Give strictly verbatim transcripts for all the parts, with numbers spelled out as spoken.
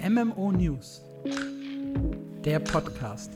M M O News, der Podcast.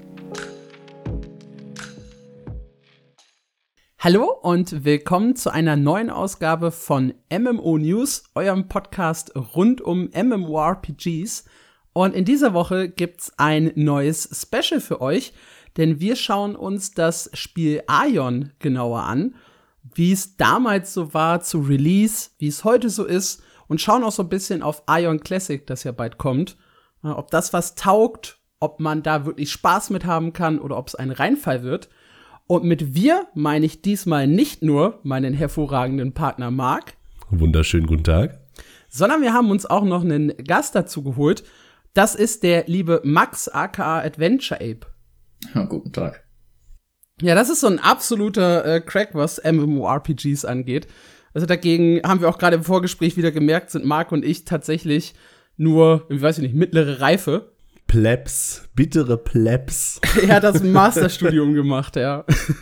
Hallo und willkommen zu einer neuen Ausgabe von M M O News, eurem Podcast rund um MMORPGs. Und in dieser Woche gibt's ein neues Special für euch, denn wir schauen uns das Spiel Aion genauer an, wie es damals so war zu Release, wie es heute so ist und schauen auch so ein bisschen auf Aion Classic, das ja bald kommt, ob das was taugt, ob man da wirklich Spaß mit haben kann oder ob es ein Reinfall wird. Und mit wir meine ich diesmal nicht nur meinen hervorragenden Partner Marc. Wunderschönen guten Tag. Sondern wir haben uns auch noch einen Gast dazu geholt. Das ist der liebe Max, aka Adventure Ape. Ja, guten Tag. Ja, das ist so ein absoluter äh, Crack, was MMORPGs angeht. Also dagegen haben wir auch gerade im Vorgespräch wieder gemerkt, sind Marc und ich tatsächlich nur, ich weiß nicht, mittlere Reife. Plebs, bittere Plebs. Er hat das Masterstudium gemacht, ja.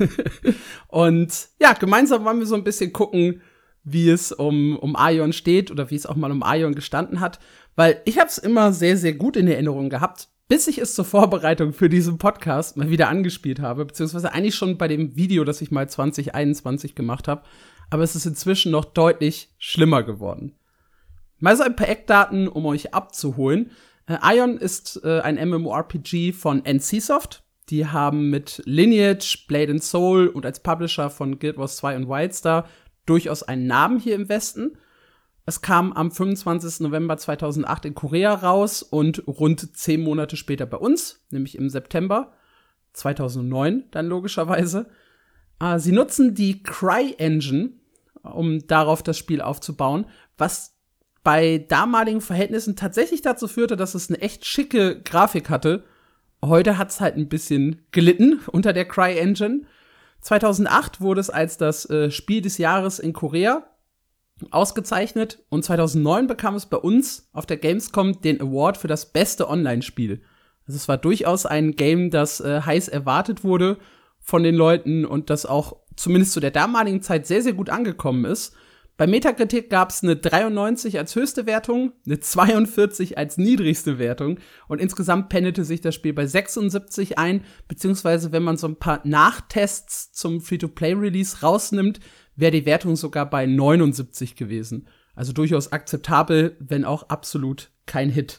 Und ja, gemeinsam wollen wir so ein bisschen gucken, wie es um, um Aion steht oder wie es auch mal um Aion gestanden hat. Weil ich habe es immer sehr, sehr gut in Erinnerung gehabt, bis ich es zur Vorbereitung für diesen Podcast mal wieder angespielt habe. Beziehungsweise eigentlich schon bei dem Video, das ich mal zwanzig einundzwanzig gemacht habe. Aber es ist inzwischen noch deutlich schlimmer geworden. Mal so ein paar Eckdaten, um euch abzuholen. Äh, Aion ist äh, ein MMORPG von NCSoft. Die haben mit Lineage, Blade and Soul und als Publisher von Guild Wars zwei und Wildstar durchaus einen Namen hier im Westen. Es kam am fünfundzwanzigsten November zweitausendacht in Korea raus und rund zehn Monate später bei uns, nämlich im September zweitausendneun dann logischerweise. Äh, sie nutzen die CryEngine, um darauf das Spiel aufzubauen, was bei damaligen Verhältnissen tatsächlich dazu führte, dass es eine echt schicke Grafik hatte. Heute hat's halt ein bisschen gelitten unter der CryEngine. zweitausendacht wurde es als das äh, Spiel des Jahres in Korea ausgezeichnet und zweitausendneun bekam es bei uns auf der Gamescom den Award für das beste Online-Spiel. Also es war durchaus ein Game, das äh, heiß erwartet wurde von den Leuten und das auch zumindest zu der damaligen Zeit sehr, sehr gut angekommen ist. Bei Metacritic gab es eine dreiundneunzig als höchste Wertung, eine zweiundvierzig als niedrigste Wertung und insgesamt pendelte sich das Spiel bei sechsundsiebzig ein, beziehungsweise wenn man so ein paar Nachtests zum Free-to-Play-Release rausnimmt, wäre die Wertung sogar bei neunundsiebzig gewesen. Also durchaus akzeptabel, wenn auch absolut kein Hit.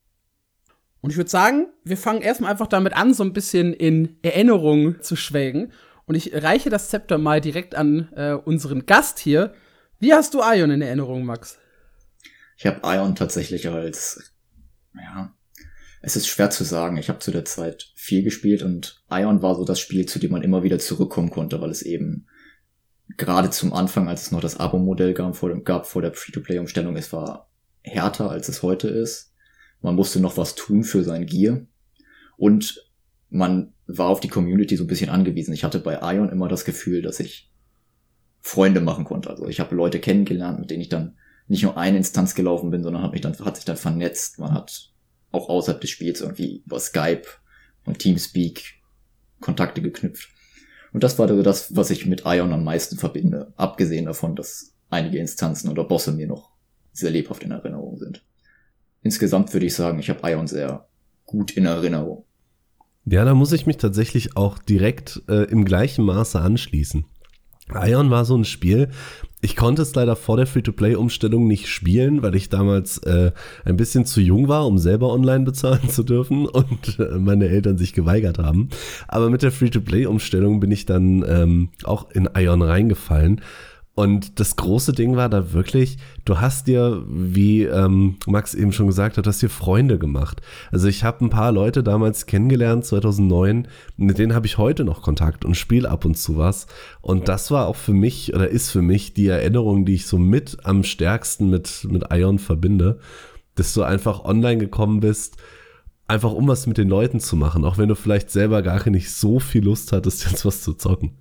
Und ich würde sagen, wir fangen erstmal einfach damit an, so ein bisschen in Erinnerung zu schwelgen. Und ich reiche das Zepter mal direkt an äh, unseren Gast hier. Wie hast du Aion in Erinnerung, Max? Ich habe Aion tatsächlich als, ja, es ist schwer zu sagen. Ich habe zu der Zeit viel gespielt und Aion war so das Spiel, zu dem man immer wieder zurückkommen konnte, weil es eben gerade zum Anfang, als es noch das Abo-Modell gab vor, dem, gab vor der Free-to-Play-Umstellung, es war härter, als es heute ist. Man musste noch was tun für sein Gear und man war auf die Community so ein bisschen angewiesen. Ich hatte bei Aion immer das Gefühl, dass ich Freunde machen konnte. Also ich habe Leute kennengelernt, mit denen ich dann nicht nur eine Instanz gelaufen bin, sondern hat mich dann hat sich dann vernetzt. Man hat auch außerhalb des Spiels irgendwie über Skype und Teamspeak Kontakte geknüpft. Und das war also das, was ich mit Aion am meisten verbinde. Abgesehen davon, dass einige Instanzen oder Bosse mir noch sehr lebhaft in Erinnerung sind. Insgesamt würde ich sagen, ich habe Aion sehr gut in Erinnerung. Ja, da muss ich mich tatsächlich auch direkt äh, im gleichen Maße anschließen. Aion war so ein Spiel, ich konnte es leider vor der Free-to-Play-Umstellung nicht spielen, weil ich damals äh, ein bisschen zu jung war, um selber online bezahlen zu dürfen und äh, meine Eltern sich geweigert haben. Aber mit der Free-to-Play-Umstellung bin ich dann ähm, auch in Aion reingefallen. Und das große Ding war da wirklich, du hast dir, wie ähm, Max eben schon gesagt hat, hast dir Freunde gemacht. Also ich habe ein paar Leute damals kennengelernt, zweitausendneun, mit denen habe ich heute noch Kontakt und spiele ab und zu was. Und das war auch für mich, oder ist für mich die Erinnerung, die ich so mit am stärksten mit, mit Aion verbinde, dass du einfach online gekommen bist, einfach um was mit den Leuten zu machen, auch wenn du vielleicht selber gar nicht so viel Lust hattest, jetzt was zu zocken.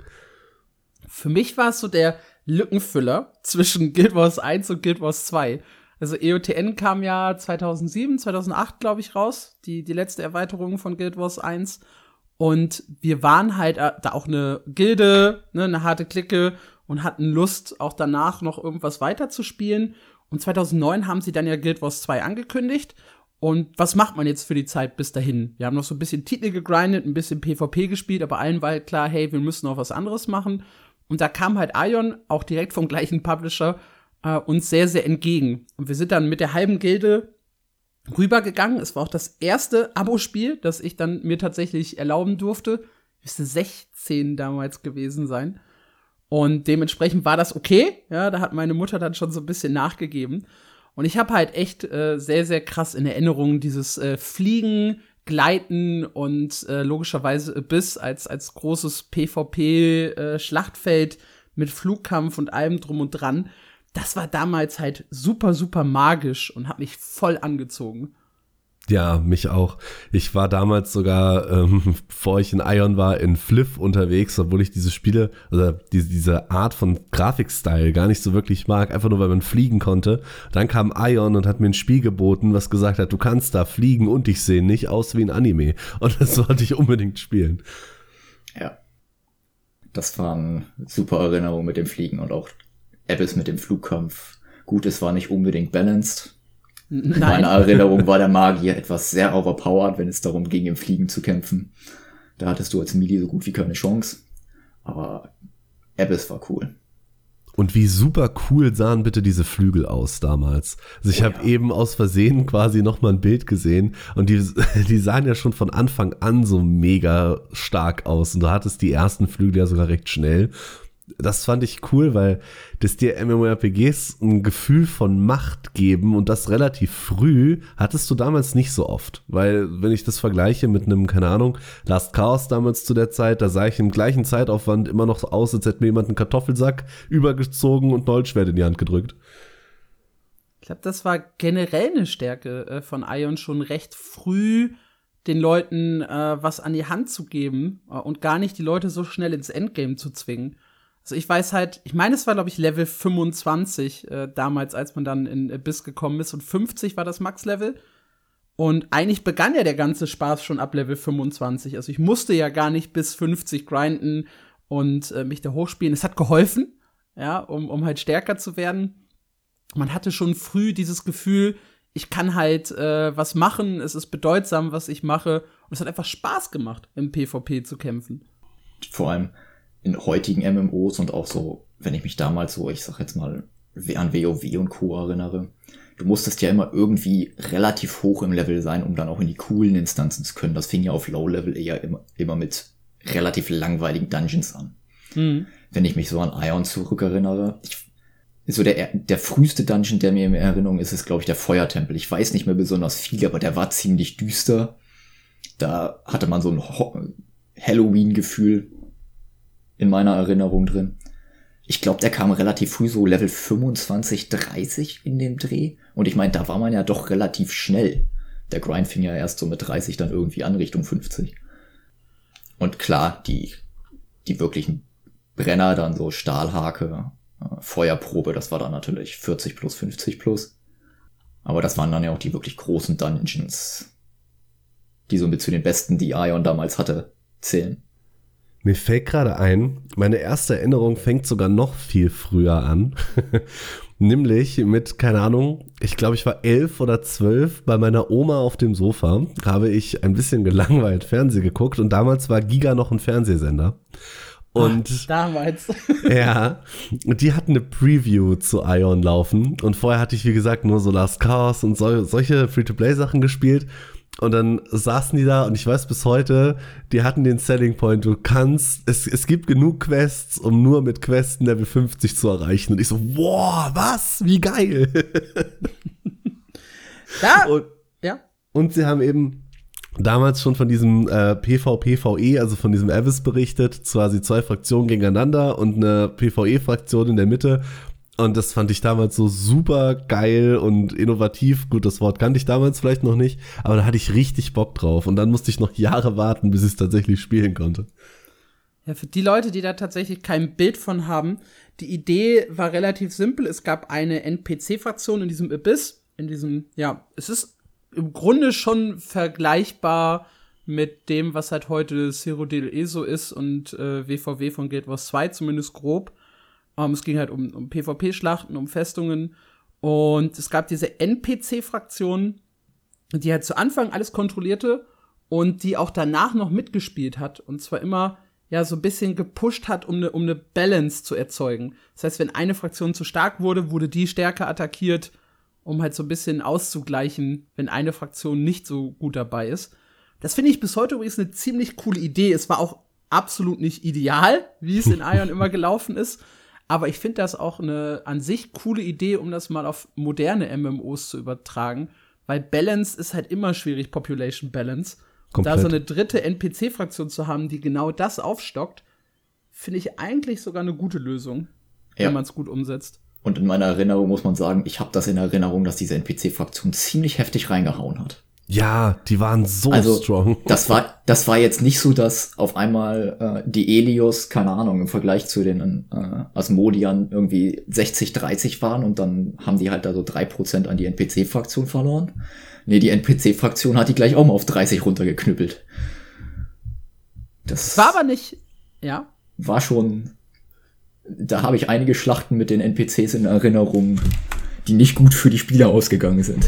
Für mich war es so der Lückenfüller zwischen Guild Wars eins und Guild Wars zwei. Also E O T N kam ja zweitausendsieben, zweitausendacht, glaube ich, raus. Die, die letzte Erweiterung von Guild Wars eins. Und wir waren halt da auch eine Gilde, ne, eine harte Clique und hatten Lust, auch danach noch irgendwas weiter zu spielen. Und zweitausendneun haben sie dann ja Guild Wars zwei angekündigt. Und was macht man jetzt für die Zeit bis dahin? Wir haben noch so ein bisschen Titel gegrindet, ein bisschen PvP gespielt, aber allen war halt klar, hey, wir müssen noch was anderes machen. Und da kam halt Aion, auch direkt vom gleichen Publisher, äh, uns sehr, sehr entgegen. Und wir sind dann mit der halben Gilde rübergegangen. Es war auch das erste Abo-Spiel, das ich dann mir tatsächlich erlauben durfte. Ich müsste sechzehn damals gewesen sein. Und dementsprechend war das okay. Ja, da hat meine Mutter dann schon so ein bisschen nachgegeben. Und ich habe halt echt äh, sehr, sehr krass in Erinnerung dieses äh, Fliegen, Gleiten und äh, logischerweise Abyss als, als großes PvP-Schlachtfeld äh, mit Flugkampf und allem drum und dran. Das war damals halt super, super magisch und hat mich voll angezogen. Ja, mich auch. Ich war damals sogar, ähm, bevor ich in Aion war, in Fliff unterwegs, obwohl ich diese Spiele, also diese, diese Art von Grafikstyle gar nicht so wirklich mag, einfach nur, weil man fliegen konnte. Dann kam Aion und hat mir ein Spiel geboten, was gesagt hat, du kannst da fliegen und dich sehen nicht aus wie ein Anime. Und das wollte ich unbedingt spielen. Ja. Das waren super Erinnerungen mit dem Fliegen und auch Abyss mit dem Flugkampf. Gut, es war nicht unbedingt balanced. In meiner Erinnerung war der Magier etwas sehr overpowered, wenn es darum ging, im Fliegen zu kämpfen. Da hattest du als Melee so gut wie keine Chance. Aber Abyss war cool. Und wie super cool sahen bitte diese Flügel aus damals. Also ich oh, habe ja. eben aus Versehen quasi nochmal ein Bild gesehen und die, die sahen ja schon von Anfang an so mega stark aus. Und du hattest die ersten Flügel ja sogar recht schnell. Das fand ich cool, weil das dir MMORPGs ein Gefühl von Macht geben und das relativ früh hattest du damals nicht so oft. Weil, wenn ich das vergleiche mit einem, keine Ahnung, Last Chaos damals zu der Zeit, da sah ich im gleichen Zeitaufwand immer noch so aus, als hätte mir jemand einen Kartoffelsack übergezogen und ein Holzschwert in die Hand gedrückt. Ich glaube, das war generell eine Stärke äh, von Aion, schon recht früh den Leuten äh, was an die Hand zu geben äh, und gar nicht die Leute so schnell ins Endgame zu zwingen. Also ich weiß halt, ich meine, es war, glaube ich, Level fünfundzwanzig äh, damals, als man dann in Abyss gekommen ist. Und fünfzig war das Max-Level. Und eigentlich begann ja der ganze Spaß schon ab Level fünfundzwanzig. Also ich musste ja gar nicht bis fünfzig grinden und äh, mich da hochspielen. Es hat geholfen, ja, um, um halt stärker zu werden. Man hatte schon früh dieses Gefühl, ich kann halt äh, was machen, es ist bedeutsam, was ich mache. Und es hat einfach Spaß gemacht, im PvP zu kämpfen. Vor allem in heutigen M M Os und auch so, wenn ich mich damals so, ich sag jetzt mal, an WoW und Co. erinnere, du musstest ja immer irgendwie relativ hoch im Level sein, um dann auch in die coolen Instanzen zu können. Das fing ja auf Low-Level eher immer, immer mit relativ langweiligen Dungeons an. Mhm. Wenn ich mich so an Aion zurückerinnere, ich, so der, der früheste Dungeon, der mir in Erinnerung ist, ist, glaube ich, der Feuertempel. Ich weiß nicht mehr besonders viel, aber der war ziemlich düster. Da hatte man so ein Ho- Halloween-Gefühl in meiner Erinnerung drin. Ich glaube, der kam relativ früh, so Level fünfundzwanzig, dreißig in dem Dreh. Und ich meine, da war man ja doch relativ schnell. Der Grind fing ja erst so mit dreißig dann irgendwie an, Richtung fünfzig. Und klar, die, die wirklichen Brenner, dann so Stahlhake, äh, Feuerprobe, das war dann natürlich vierzig plus, fünfzig plus. Aber das waren dann ja auch die wirklich großen Dungeons, die so mit zu den besten, die Aion damals hatte, zählen. Mir fällt gerade ein, meine erste Erinnerung fängt sogar noch viel früher an. Nämlich mit, keine Ahnung, ich glaube, ich war elf oder zwölf bei meiner Oma auf dem Sofa, habe ich ein bisschen gelangweilt Fernsehen geguckt und damals war Giga noch ein Fernsehsender. Und Ach, damals. Ja, und die hatten eine Preview zu Aion laufen und vorher hatte ich, wie gesagt, nur so Last Chaos und so, solche Free-to-Play-Sachen gespielt. Und dann saßen die da und ich weiß bis heute, die hatten den Selling Point, du kannst, es, es gibt genug Quests, um nur mit Questen Level fünfzig zu erreichen. Und ich so, boah, was? Wie geil. Da, und, ja. Und sie haben eben damals schon von diesem äh, PvPvE, also von diesem Abyss berichtet, quasi zwei Fraktionen gegeneinander und eine PvE-Fraktion in der Mitte. Und das fand ich damals so super geil und innovativ. Gut, das Wort kannte ich damals vielleicht noch nicht, aber da hatte ich richtig Bock drauf. Und dann musste ich noch Jahre warten, bis ich es tatsächlich spielen konnte. Ja, für die Leute, die da tatsächlich kein Bild von haben, die Idee war relativ simpel. Es gab eine N P C-Fraktion in diesem Abyss, in diesem, ja, es ist im Grunde schon vergleichbar mit dem, was halt heute Cyrodiil so ist und äh, W V W von Guild Wars zwei, zumindest grob. Um, es ging halt um, um PvP-Schlachten, um Festungen. Und es gab diese N P C-Fraktion, die halt zu Anfang alles kontrollierte und die auch danach noch mitgespielt hat. Und zwar immer ja so ein bisschen gepusht hat, um eine um eine Balance zu erzeugen. Das heißt, wenn eine Fraktion zu stark wurde, wurde die stärker attackiert, um halt so ein bisschen auszugleichen, wenn eine Fraktion nicht so gut dabei ist. Das finde ich bis heute übrigens eine ziemlich coole Idee. Es war auch absolut nicht ideal, wie es in Ion immer gelaufen ist. Aber ich finde das auch eine an sich coole Idee, um das mal auf moderne M M Os zu übertragen. Weil Balance ist halt immer schwierig, Population Balance. Und da so eine dritte N P C-Fraktion zu haben, die genau das aufstockt, finde ich eigentlich sogar eine gute Lösung, ja. wenn man es gut umsetzt. Und in meiner Erinnerung muss man sagen, ich habe das in Erinnerung, dass diese N P C-Fraktion ziemlich heftig reingehauen hat. Ja, die waren so also, strong. Das war, das war jetzt nicht so, dass auf einmal äh, die Elios, keine Ahnung, im Vergleich zu den äh, Asmodian irgendwie sechzig dreißig waren und dann haben die halt da so drei Prozent an die N P C-Fraktion verloren. Nee, die N P C-Fraktion hat die gleich auch mal auf dreißig runtergeknüppelt. Das war aber nicht, ja. War schon, da habe ich einige Schlachten mit den N P Cs in Erinnerung, die nicht gut für die Spieler ausgegangen sind.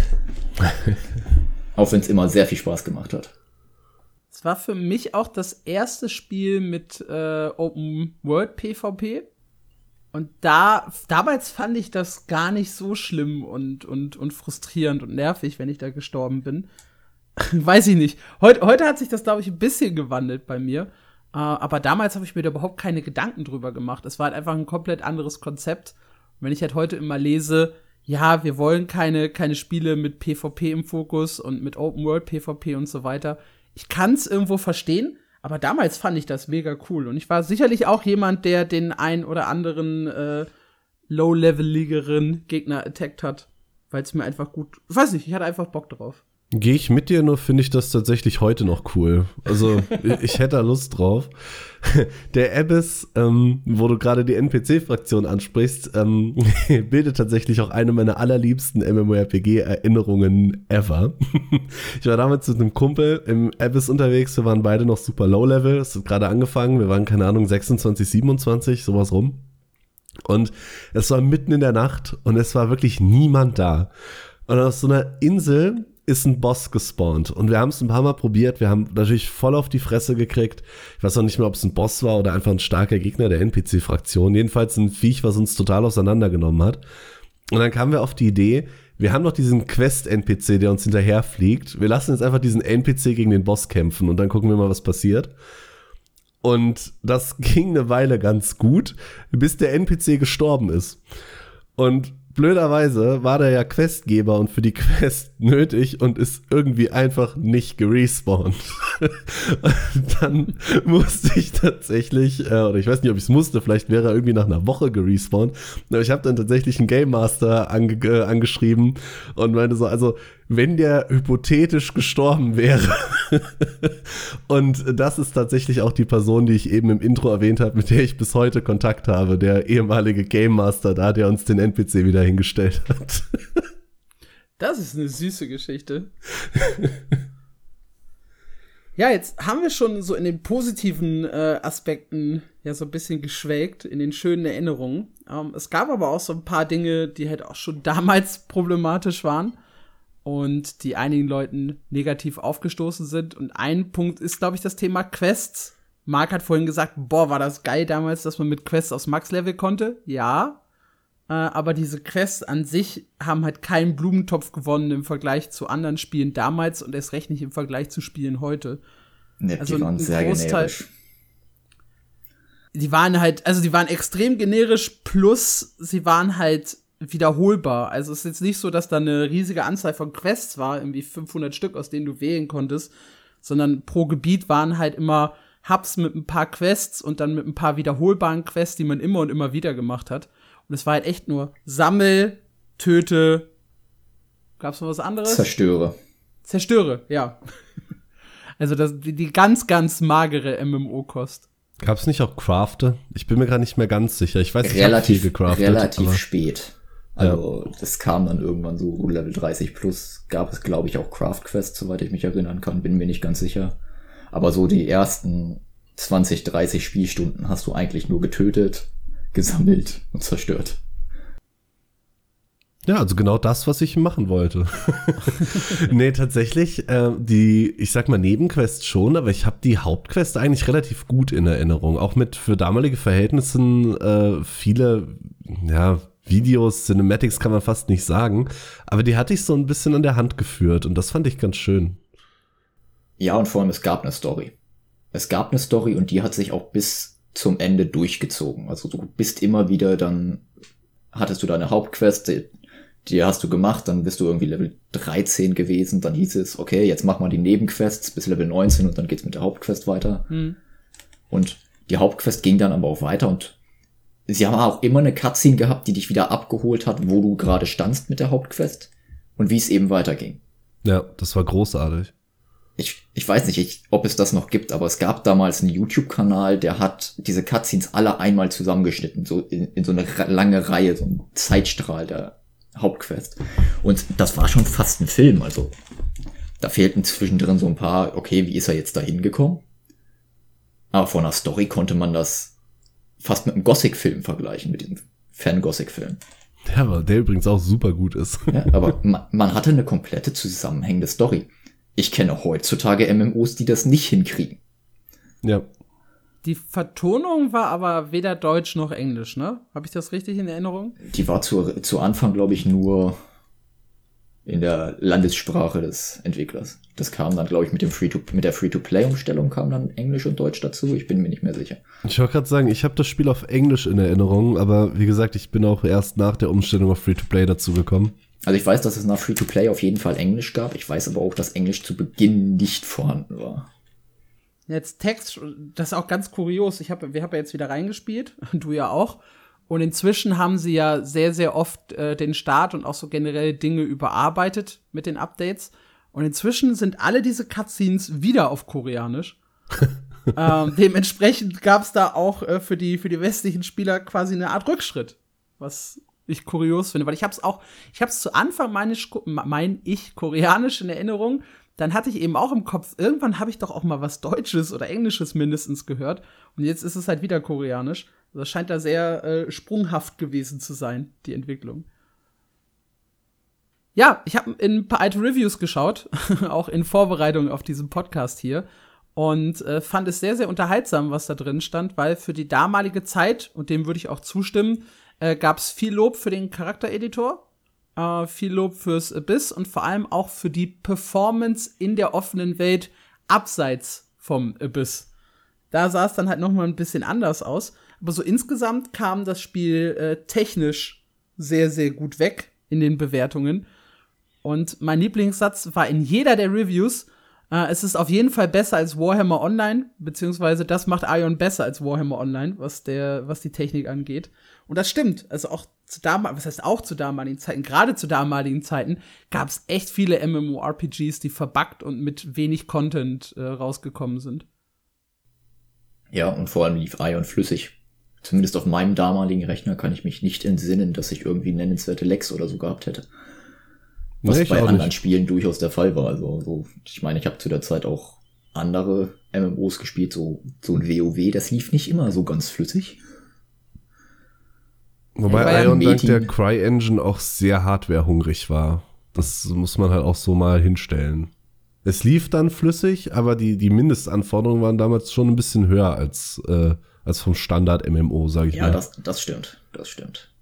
Auch wenn es immer sehr viel Spaß gemacht hat. Es war für mich auch das erste Spiel mit äh, Open World PvP. Und da, damals fand ich das gar nicht so schlimm und, und, und frustrierend und nervig, wenn ich da gestorben bin. Weiß ich nicht. Heut, heute hat sich das, glaube ich, ein bisschen gewandelt bei mir. Uh, aber damals habe ich mir da überhaupt keine Gedanken drüber gemacht. Es war halt einfach ein komplett anderes Konzept. Und wenn ich halt heute immer lese, ja, wir wollen keine, keine Spiele mit PvP im Fokus und mit Open World PvP und so weiter. Ich kann es irgendwo verstehen. Aber damals fand ich das mega cool. Und ich war sicherlich auch jemand, der den ein oder anderen äh, low-leveligeren Gegner attackt hat. Weil es mir einfach gut, ich weiß nicht, ich hatte einfach Bock drauf. Gehe ich mit dir, nur finde ich das tatsächlich heute noch cool. Also ich hätte da Lust drauf. Der Abyss, ähm, wo du gerade die N P C-Fraktion ansprichst, ähm, bildet tatsächlich auch eine meiner allerliebsten MMORPG-Erinnerungen ever. Ich war damals mit einem Kumpel im Abyss unterwegs, wir waren beide noch super Low-Level, es hat gerade angefangen, wir waren, keine Ahnung, sechsundzwanzig, siebenundzwanzig, sowas rum. Und es war mitten in der Nacht und es war wirklich niemand da. Und auf so einer Insel ist ein Boss gespawnt und wir haben es ein paar Mal probiert, wir haben natürlich voll auf die Fresse gekriegt. Ich weiß auch nicht mehr, ob es ein Boss war oder einfach ein starker Gegner der N P C-Fraktion. Jedenfalls ein Viech, was uns total auseinandergenommen hat. Und dann kamen wir auf die Idee, wir haben noch diesen Quest-N P C, der uns hinterherfliegt. Wir lassen jetzt einfach diesen N P C gegen den Boss kämpfen und dann gucken wir mal, was passiert. Und das ging eine Weile ganz gut, bis der N P C gestorben ist. Und blöderweise war der ja Questgeber und für die Quest nötig und ist irgendwie einfach nicht gerespawnt. Dann musste ich tatsächlich, äh, oder ich weiß nicht, ob ich es musste, vielleicht wäre er irgendwie nach einer Woche gerespawnt, aber ich habe dann tatsächlich einen Game Master ange- äh, angeschrieben und meinte so, also wenn der hypothetisch gestorben wäre und das ist tatsächlich auch die Person, die ich eben im Intro erwähnt habe, mit der ich bis heute Kontakt habe, der ehemalige Game Master da, der uns den N P C wieder hingestellt hat. Das ist eine süße Geschichte. Ja, jetzt haben wir schon so in den positiven äh, Aspekten ja so ein bisschen geschwelgt, in den schönen Erinnerungen. Ähm, es gab aber auch so ein paar Dinge, die halt auch schon damals problematisch waren und die einigen Leuten negativ aufgestoßen sind. Und ein Punkt ist, glaube ich, das Thema Quests. Marc hat vorhin gesagt, boah, war das geil damals, dass man mit Quests aufs Max-Level konnte. Ja, äh, aber diese Quests an sich haben halt keinen Blumentopf gewonnen im Vergleich zu anderen Spielen damals und erst recht nicht im Vergleich zu Spielen heute. Ne, also die waren sehr generisch. Die waren halt, also die waren extrem generisch, plus sie waren halt wiederholbar. Also es ist jetzt nicht so, dass da eine riesige Anzahl von Quests war, irgendwie fünfhundert Stück, aus denen du wählen konntest, sondern pro Gebiet waren halt immer Hubs mit ein paar Quests und dann mit ein paar wiederholbaren Quests, die man immer und immer wieder gemacht hat. Und es war halt echt nur Sammel, Töte, gab's noch was anderes? Zerstöre. Zerstöre, ja. Also das, die, die ganz, ganz magere M M O-Kost. Gab's nicht auch Crafte? Ich bin mir gerade nicht mehr ganz sicher. Ich weiß, relativ, ich hab viel gecraftet. Relativ aber spät. Also, ja. Das kam dann irgendwann so Level dreißig plus. Gab es, glaube ich, auch Craft-Quests, soweit ich mich erinnern kann. Bin mir nicht ganz sicher. Aber so die ersten zwanzig, dreißig Spielstunden hast du eigentlich nur getötet, gesammelt und zerstört. Ja, also genau das, was ich machen wollte. Nee, tatsächlich, äh, die, ich sag mal, Nebenquests schon, aber ich habe die Hauptquest eigentlich relativ gut in Erinnerung. Auch mit für damalige Verhältnissen äh, viele, ja, Videos, Cinematics kann man fast nicht sagen, aber die hatte ich so ein bisschen an der Hand geführt und das fand ich ganz schön. Ja, und vor allem, es gab eine Story. Es gab eine Story und die hat sich auch bis zum Ende durchgezogen. Also du bist immer wieder dann, hattest du deine Hauptquest, die, die hast du gemacht, dann bist du irgendwie Level dreizehn gewesen, dann hieß es, okay, jetzt mach mal die Nebenquests bis Level neunzehn und dann geht's mit der Hauptquest weiter. Hm. Und die Hauptquest ging dann aber auch weiter und sie haben auch immer eine Cutscene gehabt, die dich wieder abgeholt hat, wo du gerade standst mit der Hauptquest und wie es eben weiterging. Ja, das war großartig. Ich, ich weiß nicht, ich, ob es das noch gibt, aber es gab damals einen YouTube-Kanal, der hat diese Cutscenes alle einmal zusammengeschnitten, so in, in so eine lange Reihe, so ein Zeitstrahl der Hauptquest. Und das war schon fast ein Film, also da fehlten zwischendrin so ein paar, okay, wie ist er jetzt da hingekommen? Aber von der Story konnte man das fast mit einem Gothic-Film vergleichen, mit diesem Fan-Gothic-Film. Ja, aber der übrigens auch super gut ist. Ja, aber man, man hatte eine komplette zusammenhängende Story. Ich kenne heutzutage M M Os, die das nicht hinkriegen. Ja. Die Vertonung war aber weder Deutsch noch Englisch, ne? Habe ich das richtig in Erinnerung? Die war zu, zu Anfang, glaube ich, nur in der Landessprache des Entwicklers. Das kam dann, glaube ich, mit dem Free-to- mit der Free-to-Play-Umstellung kam dann Englisch und Deutsch dazu. Ich bin mir nicht mehr sicher. Ich wollte gerade sagen, ich habe das Spiel auf Englisch in Erinnerung, aber wie gesagt, ich bin auch erst nach der Umstellung auf Free-to-Play dazu gekommen. Also ich weiß, dass es nach Free-to-Play auf jeden Fall Englisch gab. Ich weiß aber auch, dass Englisch zu Beginn nicht vorhanden war. Jetzt Text, das ist auch ganz kurios. Ich hab, wir haben ja jetzt wieder reingespielt, du ja auch. Und inzwischen haben sie ja sehr, sehr oft äh, den Start und auch so generell Dinge überarbeitet mit den Updates. Und inzwischen sind alle diese Cutscenes wieder auf Koreanisch. ähm, dementsprechend gab es da auch äh, für die für die westlichen Spieler quasi eine Art Rückschritt, was ich kurios finde, weil ich habe es auch, ich habe es zu Anfang meine, mein ich koreanisch in Erinnerung, dann hatte ich eben auch im Kopf, irgendwann habe ich doch auch mal was Deutsches oder Englisches mindestens gehört und jetzt ist es halt wieder koreanisch. Also das scheint da sehr äh, sprunghaft gewesen zu sein, die Entwicklung. Ja, ich habe in ein paar alte Reviews geschaut, auch in Vorbereitung auf diesen Podcast hier und äh, fand es sehr, sehr unterhaltsam, was da drin stand, weil für die damalige Zeit, und dem würde ich auch zustimmen, Äh, gab es viel Lob für den Charaktereditor, äh, viel Lob fürs Abyss und vor allem auch für die Performance in der offenen Welt abseits vom Abyss. Da sah es dann halt noch mal ein bisschen anders aus. Aber so insgesamt kam das Spiel äh, technisch sehr, sehr gut weg in den Bewertungen. Und mein Lieblingssatz war in jeder der Reviews, äh, es ist auf jeden Fall besser als Warhammer Online, beziehungsweise das macht Aion besser als Warhammer Online, was der, was die Technik angeht. Und das stimmt. Also auch zu damaligen, was heißt auch zu damaligen Zeiten, gerade zu damaligen Zeiten gab es echt viele MMORPGs, die verbuggt und mit wenig Content äh, rausgekommen sind. Ja, und vor allem lief Aion flüssig. Zumindest auf meinem damaligen Rechner kann ich mich nicht entsinnen, dass ich irgendwie nennenswerte Lags oder so gehabt hätte. Was nee, bei anderen nicht. Spielen durchaus der Fall war. Also, so, ich meine, ich habe zu der Zeit auch andere M M Os gespielt, so, so ein WoW, das lief nicht immer so ganz flüssig. Wobei ja, Aion dank der Cry-Engine auch sehr hardwarehungrig war. Das muss man halt auch so mal hinstellen. Es lief dann flüssig, aber die, die Mindestanforderungen waren damals schon ein bisschen höher als, äh, als vom Standard-M M O, sage ich ja, mal. Ja, das, das stimmt. Das stimmt.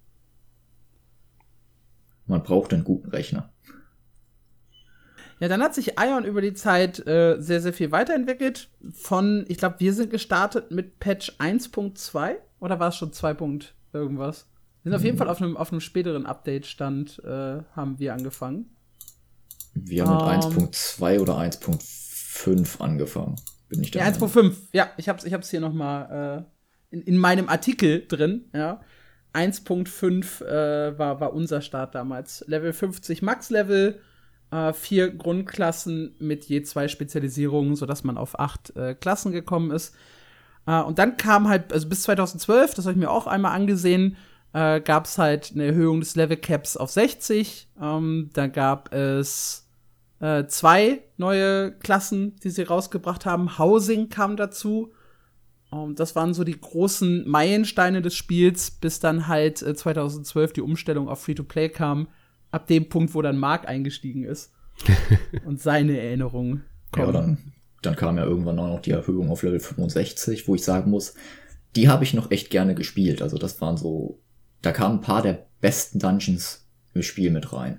Man braucht einen guten Rechner. Ja, dann hat sich Aion über die Zeit äh, sehr, sehr viel weiterentwickelt. Von, ich glaube, wir sind gestartet mit Patch eins Punkt zwei oder war es schon zwei. Irgendwas? Wir sind auf jeden Fall auf einem, auf einem späteren Update-Stand äh, haben wir angefangen. Wir haben mit um, eins Punkt zwei oder eins Punkt fünf angefangen. Bin ich da? Ja, eins Punkt fünf. Ja, ich hab's, ich hab's hier noch mal äh, in, in meinem Artikel drin. Ja, eins Punkt fünf äh, war, war unser Start damals. Level fünfzig Max-Level, äh, vier Grundklassen mit je zwei Spezialisierungen, sodass man auf acht äh, Klassen gekommen ist. Äh, und dann kam halt, also bis zweitausendzwölf, das habe ich mir auch einmal angesehen, Äh, gab es halt eine Erhöhung des Level Caps auf sechzig. Ähm, dann gab es äh, zwei neue Klassen, die sie rausgebracht haben. Housing kam dazu. Ähm, das waren so die großen Meilensteine des Spiels, bis dann halt äh, zweitausendzwölf die Umstellung auf Free-to-Play kam. ab dem Punkt, wo dann Mark eingestiegen ist und seine Erinnerungen kommen. Ja, dann, dann kam ja irgendwann auch noch die Erhöhung auf Level fünfundsechzig, wo ich sagen muss, die habe ich noch echt gerne gespielt. Also das waren so, da kamen ein paar der besten Dungeons im Spiel mit rein.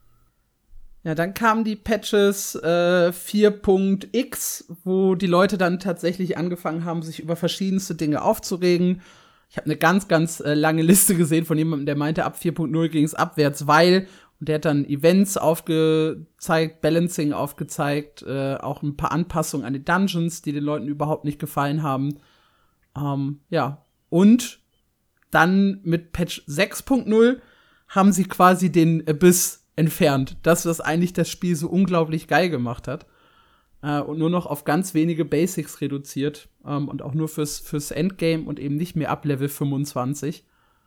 Ja, dann kamen die Patches äh, vier Punkt x, wo die Leute dann tatsächlich angefangen haben, sich über verschiedenste Dinge aufzuregen. Ich habe eine ganz, ganz äh, lange Liste gesehen von jemandem, der meinte, ab vier Punkt null ging es abwärts, weil, und der hat dann Events aufgezeigt, Balancing aufgezeigt, äh, auch ein paar Anpassungen an die Dungeons, die den Leuten überhaupt nicht gefallen haben. Ähm, ja, und dann mit Patch sechs Punkt null haben sie quasi den Abyss entfernt. Das, was eigentlich das Spiel so unglaublich geil gemacht hat. Äh, und nur noch auf ganz wenige Basics reduziert. Ähm, und auch nur fürs, fürs Endgame und eben nicht mehr ab Level fünfundzwanzig.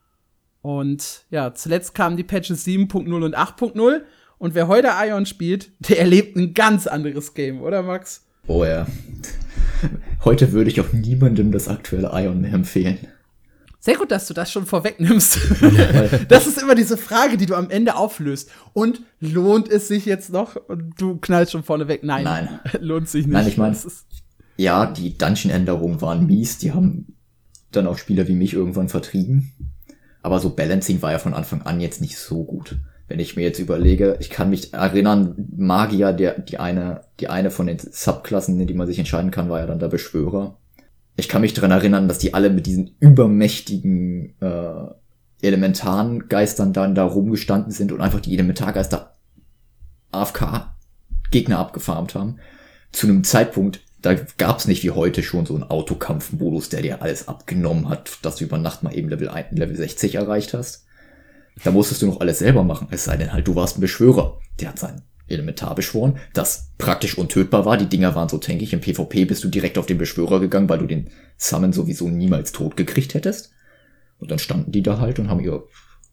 Und ja, zuletzt kamen die Patches sieben Punkt null und acht Punkt null. Und wer heute Aion spielt, der erlebt ein ganz anderes Game, oder Max? Oh ja. Heute würde ich auch niemandem das aktuelle Aion mehr empfehlen. Sehr gut, dass du das schon vorwegnimmst. Das ist immer diese Frage, die du am Ende auflöst. Und lohnt es sich jetzt noch? Und du knallst schon vorne weg. Nein, Nein. Lohnt sich nicht. Nein, ich meine, ja, die Dungeon-Änderungen waren mies. Die haben dann auch Spieler wie mich irgendwann vertrieben. Aber so Balancing war ja von Anfang an jetzt nicht so gut. Wenn ich mir jetzt überlege, ich kann mich erinnern, Magier, der, die eine, die eine von den Subklassen, in die man sich entscheiden kann, war ja dann der Beschwörer. Ich kann mich daran erinnern, dass die alle mit diesen übermächtigen äh, elementaren Geistern dann da rumgestanden sind und einfach die Elementargeister A F K Gegner abgefarmt haben. Zu einem Zeitpunkt, da gab's nicht wie heute schon so einen Autokampfmodus, der dir alles abgenommen hat, dass du über Nacht mal eben Level eins, Level sechzig erreicht hast. Da musstest du noch alles selber machen, es sei denn halt, du warst ein Beschwörer. Der hat sein Elementar beschworen, das praktisch untötbar war. Die Dinger waren so tankig. Im PvP bist du direkt auf den Beschwörer gegangen, weil du den Summon sowieso niemals tot gekriegt hättest. Und dann standen die da halt und haben ihr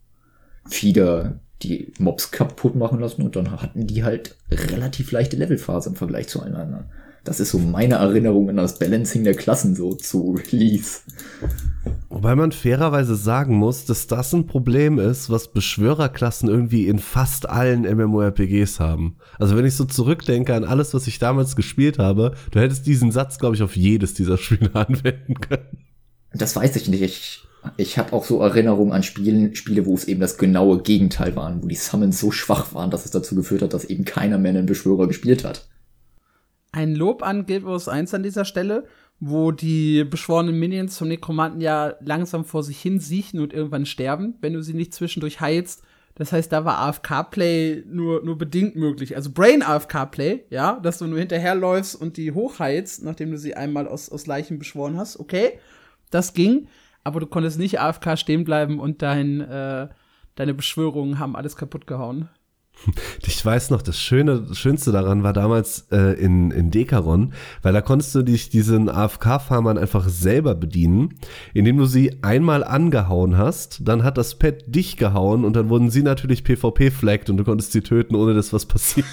Fieder die Mobs kaputt machen lassen und dann hatten die halt relativ leichte Levelphase im Vergleich zueinander. Das ist so meine Erinnerung an das Balancing der Klassen so zu Release. Wobei man fairerweise sagen muss, dass das ein Problem ist, was Beschwörerklassen irgendwie in fast allen MMORPGs haben. Also wenn ich so zurückdenke an alles, was ich damals gespielt habe, du hättest diesen Satz, glaube ich, auf jedes dieser Spiele anwenden können. Das weiß ich nicht. Ich, ich habe auch so Erinnerungen an Spielen, Spiele, wo es eben das genaue Gegenteil waren, wo die Summons so schwach waren, dass es dazu geführt hat, dass eben keiner mehr einen Beschwörer gespielt hat. Ein Lob an Guild Wars eins an dieser Stelle, wo die beschworenen Minions vom Nekromanten ja langsam vor sich hin siechen und irgendwann sterben, wenn du sie nicht zwischendurch heilst. Das heißt, da war A F K-Play nur, nur bedingt möglich. Also Brain-A F K-Play, ja, dass du nur hinterherläufst und die hochheilst, nachdem du sie einmal aus, aus Leichen beschworen hast. Okay, das ging, aber du konntest nicht A F K stehen bleiben und dein, äh, deine Beschwörungen haben alles kaputt gehauen. Ich weiß noch, das Schöne, das Schönste daran war damals äh, in, in Dekaron, weil da konntest du dich diesen A F K-Farmern einfach selber bedienen, indem du sie einmal angehauen hast, dann hat das Pet dich gehauen und dann wurden sie natürlich PvP-flagged und du konntest sie töten, ohne dass was passiert.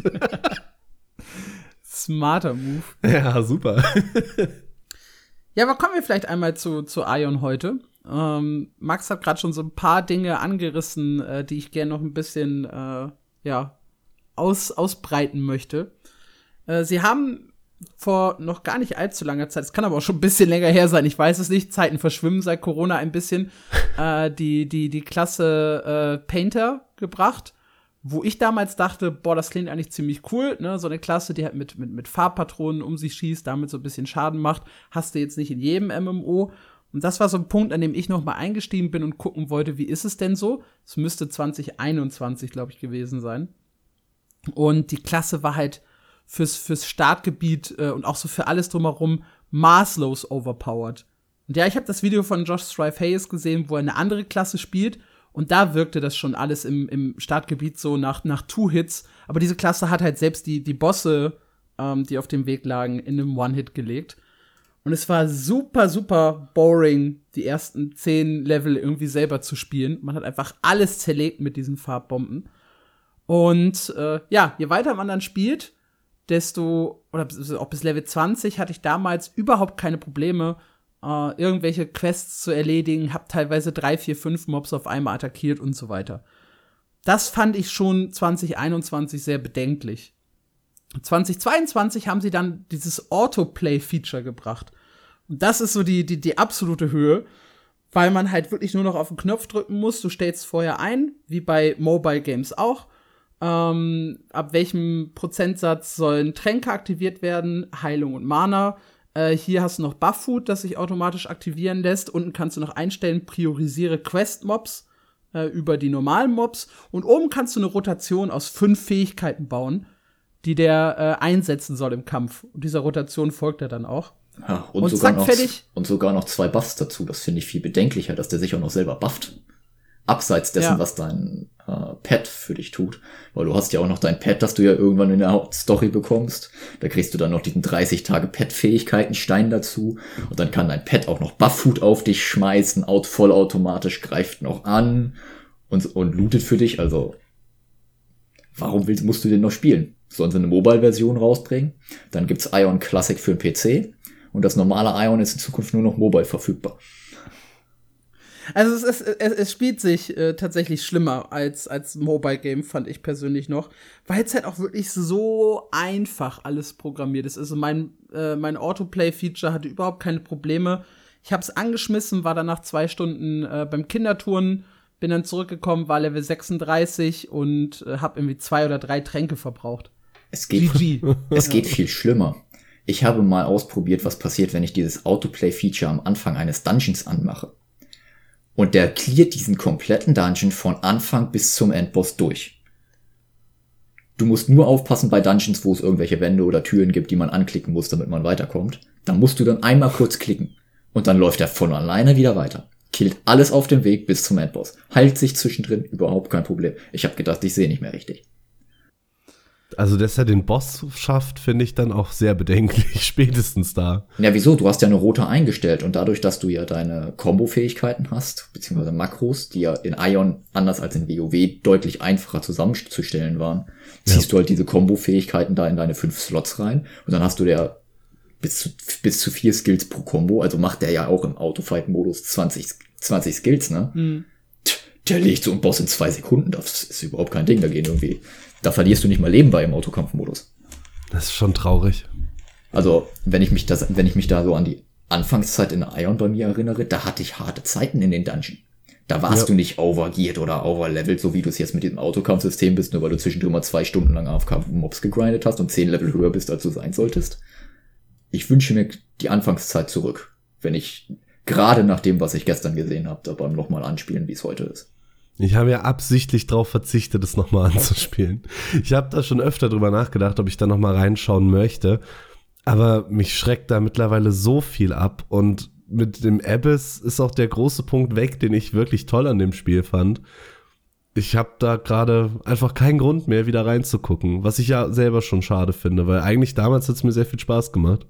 Smarter Move. Ja, super. Ja, aber kommen wir vielleicht einmal zu, zu Aion heute. Ähm, Max hat gerade schon so ein paar Dinge angerissen, äh, die ich gerne noch ein bisschen äh, ja, aus, ausbreiten möchte. Äh, sie haben vor noch gar nicht allzu langer Zeit, es kann aber auch schon ein bisschen länger her sein, ich weiß es nicht, Zeiten verschwimmen seit Corona ein bisschen, äh, die, die, die Klasse äh, Painter gebracht, wo ich damals dachte, boah, das klingt eigentlich ziemlich cool, ne, so eine Klasse, die halt mit, mit, mit Farbpatronen um sich schießt, damit so ein bisschen Schaden macht, hast du jetzt nicht in jedem M M O. Und das war so ein Punkt, an dem ich noch mal eingestiegen bin und gucken wollte, wie ist es denn so? Es müsste zwanzig einundzwanzig, glaube ich, gewesen sein. Und die Klasse war halt fürs, fürs Startgebiet äh, und auch so für alles drumherum maßlos overpowered. Und ja, ich habe das Video von Josh Strife Hayes gesehen, wo er eine andere Klasse spielt. Und da wirkte das schon alles im, im Startgebiet so nach, nach Two-Hits. Aber diese Klasse hat halt selbst die, die Bosse, ähm, die auf dem Weg lagen, in einem One-Hit gelegt. Und es war super, super boring, die ersten zehn Level irgendwie selber zu spielen. Man hat einfach alles zerlegt mit diesen Farbbomben. Und äh, ja, je weiter man dann spielt, desto, oder auch bis Level zwanzig hatte ich damals überhaupt keine Probleme, äh, irgendwelche Quests zu erledigen, hab teilweise drei, vier, fünf Mobs auf einmal attackiert und so weiter. das fand ich schon zwanzig einundzwanzig sehr bedenklich. zwanzig zweiundzwanzig haben sie dann dieses Autoplay-Feature gebracht. Und das ist so die, die, die absolute Höhe, weil man halt wirklich nur noch auf den Knopf drücken muss. Du stellst vorher ein, wie bei Mobile Games auch, ähm, ab welchem Prozentsatz sollen Tränke aktiviert werden, Heilung und Mana. Äh, hier hast du noch Buff-Food, das sich automatisch aktivieren lässt. Unten kannst du noch einstellen, priorisiere Quest-Mobs äh, über die normalen Mobs. Und oben kannst du eine Rotation aus fünf Fähigkeiten bauen, die der äh, einsetzen soll im Kampf. Und dieser Rotation folgt er dann auch. Ja, und, und sogar zack, noch, fertig. Und sogar noch zwei Buffs dazu. Das finde ich viel bedenklicher, dass der sich auch noch selber bufft. Abseits dessen, Ja. was dein äh, Pet für dich tut. Weil du hast ja auch noch dein Pet, das du ja irgendwann in der Hauptstory bekommst. Da kriegst du dann noch diesen dreißig Tage Pet-Fähigkeiten-Stein dazu. Und dann kann dein Pet auch noch Buff-Food auf dich schmeißen, out, vollautomatisch, greift noch an und, und lootet für dich. Also, warum willst, musst du den noch spielen? Sollen sie eine Mobile-Version rausbringen? Dann gibt's Ion Classic für den P C. Und das normale Ion ist in Zukunft nur noch mobile verfügbar. Also es, ist, es, es spielt sich äh, tatsächlich schlimmer als, als Mobile Game, fand ich persönlich noch, weil es halt auch wirklich so einfach alles programmiert ist. Also mein, äh, mein Autoplay-Feature hatte überhaupt keine Probleme. Ich habe es angeschmissen, war dann nach zwei Stunden äh, beim Kindertouren, bin dann zurückgekommen, war Level sechsunddreißig und äh, habe irgendwie zwei oder drei Tränke verbraucht. Es geht, G G. es geht viel schlimmer. Ich habe mal ausprobiert, was passiert, wenn ich dieses Autoplay-Feature am Anfang eines Dungeons anmache. Und der cleart diesen kompletten Dungeon von Anfang bis zum Endboss durch. Du musst nur aufpassen bei Dungeons, wo es irgendwelche Wände oder Türen gibt, die man anklicken muss, damit man weiterkommt. Da musst du dann einmal kurz klicken. Und dann läuft er von alleine wieder weiter. Killt alles auf dem Weg bis zum Endboss. Heilt sich zwischendrin, überhaupt kein Problem. Ich habe gedacht, ich sehe nicht mehr richtig. Also, dass er den Boss schafft, finde ich dann auch sehr bedenklich, spätestens da. Ja, wieso? Du hast ja eine rote eingestellt und dadurch, dass du ja deine Combo-Fähigkeiten hast, beziehungsweise Makros, die ja in Ion anders als in WoW deutlich einfacher zusammenzustellen waren, ziehst ja. du halt diese Combo-Fähigkeiten da in deine fünf Slots rein und dann hast du der bis zu, bis zu vier Skills pro Combo, also macht der ja auch im Autofight-Modus zwanzig, zwanzig Skills, ne? Mhm. Der legt so einen Boss in zwei Sekunden, das ist überhaupt kein Ding, da gehen irgendwie, da verlierst du nicht mal Leben bei im Autokampfmodus. Das ist schon traurig. Also, wenn ich mich das, wenn ich mich da so an die Anfangszeit in Ion bei mir erinnere, da hatte ich harte Zeiten in den Dungeon. Da warst ja. du nicht overgeared oder overlevelt, so wie du es jetzt mit diesem Autokampfsystem bist, nur weil du zwischendrin mal zwei Stunden lang A F K-Mobs gegrindet hast und zehn Level höher bist, als du sein solltest. Ich wünsche mir die Anfangszeit zurück, wenn ich, gerade nach dem, was ich gestern gesehen habe, da beim nochmal anspielen, wie es heute ist. Ich habe ja absichtlich drauf verzichtet, es nochmal anzuspielen. Ich habe da schon öfter drüber nachgedacht, ob ich da nochmal reinschauen möchte. Aber mich schreckt da mittlerweile so viel ab. Und mit dem Abyss ist auch der große Punkt weg, den ich wirklich toll an dem Spiel fand. Ich habe da gerade einfach keinen Grund mehr, wieder reinzugucken. Was ich ja selber schon schade finde, weil eigentlich damals hat es mir sehr viel Spaß gemacht.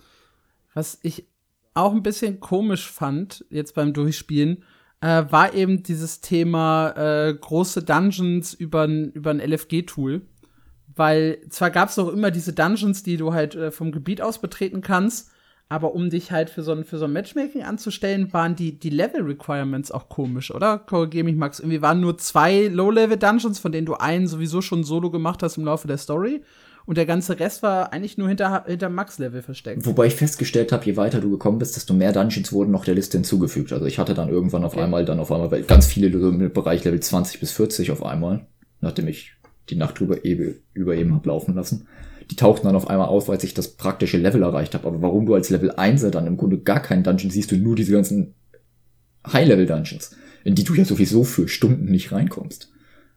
Was ich auch ein bisschen komisch fand, jetzt beim Durchspielen, Äh, war eben dieses Thema äh, große Dungeons über ein über ein L F G-Tool. Weil zwar gab es auch immer diese Dungeons, die du halt äh, vom Gebiet aus betreten kannst, aber um dich halt für so ein, für so ein Matchmaking anzustellen, waren die, die Level-Requirements auch komisch, oder? Korrigier mich, Max. Irgendwie waren nur zwei Low-Level-Dungeons, von denen du einen sowieso schon solo gemacht hast im Laufe der Story. Und der ganze Rest war eigentlich nur hinter, hinter Max-Level versteckt. Wobei ich festgestellt habe, je weiter du gekommen bist, desto mehr Dungeons wurden noch der Liste hinzugefügt. Also ich hatte dann irgendwann auf okay. einmal, dann auf einmal ganz viele im Bereich Level zwanzig bis vierzig auf einmal, nachdem ich die Nacht drüber eben, über eben hab laufen lassen. Die tauchten dann auf einmal auf, als ich das praktische Level erreicht habe. Aber warum du als Level einser dann im Grunde gar keinen Dungeon siehst, du nur diese ganzen High-Level-Dungeons, in die du ja sowieso für Stunden nicht reinkommst.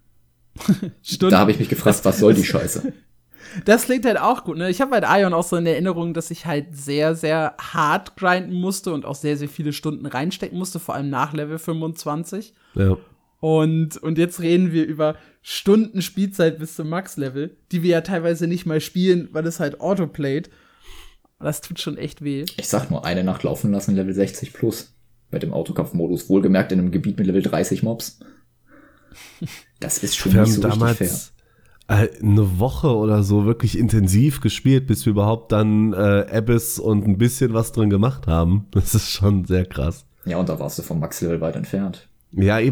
Da habe ich mich gefragt, was soll die Scheiße? Das klingt halt auch gut, ne? Ich habe bei Ion auch so in Erinnerung, dass ich halt sehr, sehr hart grinden musste und auch sehr, sehr viele Stunden reinstecken musste, vor allem nach Level fünfundzwanzig. Ja. Und, und jetzt reden wir über Stunden Spielzeit bis zum Max-Level, die wir ja teilweise nicht mal spielen, weil es halt autoplayt. Das tut schon echt weh. Ich sag nur, eine Nacht laufen lassen, Level sechzig plus. Mit dem Autokampfmodus. Wohlgemerkt in einem Gebiet mit Level dreißig Mobs. Das ist schon wir nicht so damals richtig fair. Eine Woche oder so wirklich intensiv gespielt, bis wir überhaupt dann äh, Abyss und ein bisschen was drin gemacht haben. Das ist schon sehr krass. Ja, und da warst du vom Max-Level weit entfernt. Ja, eben.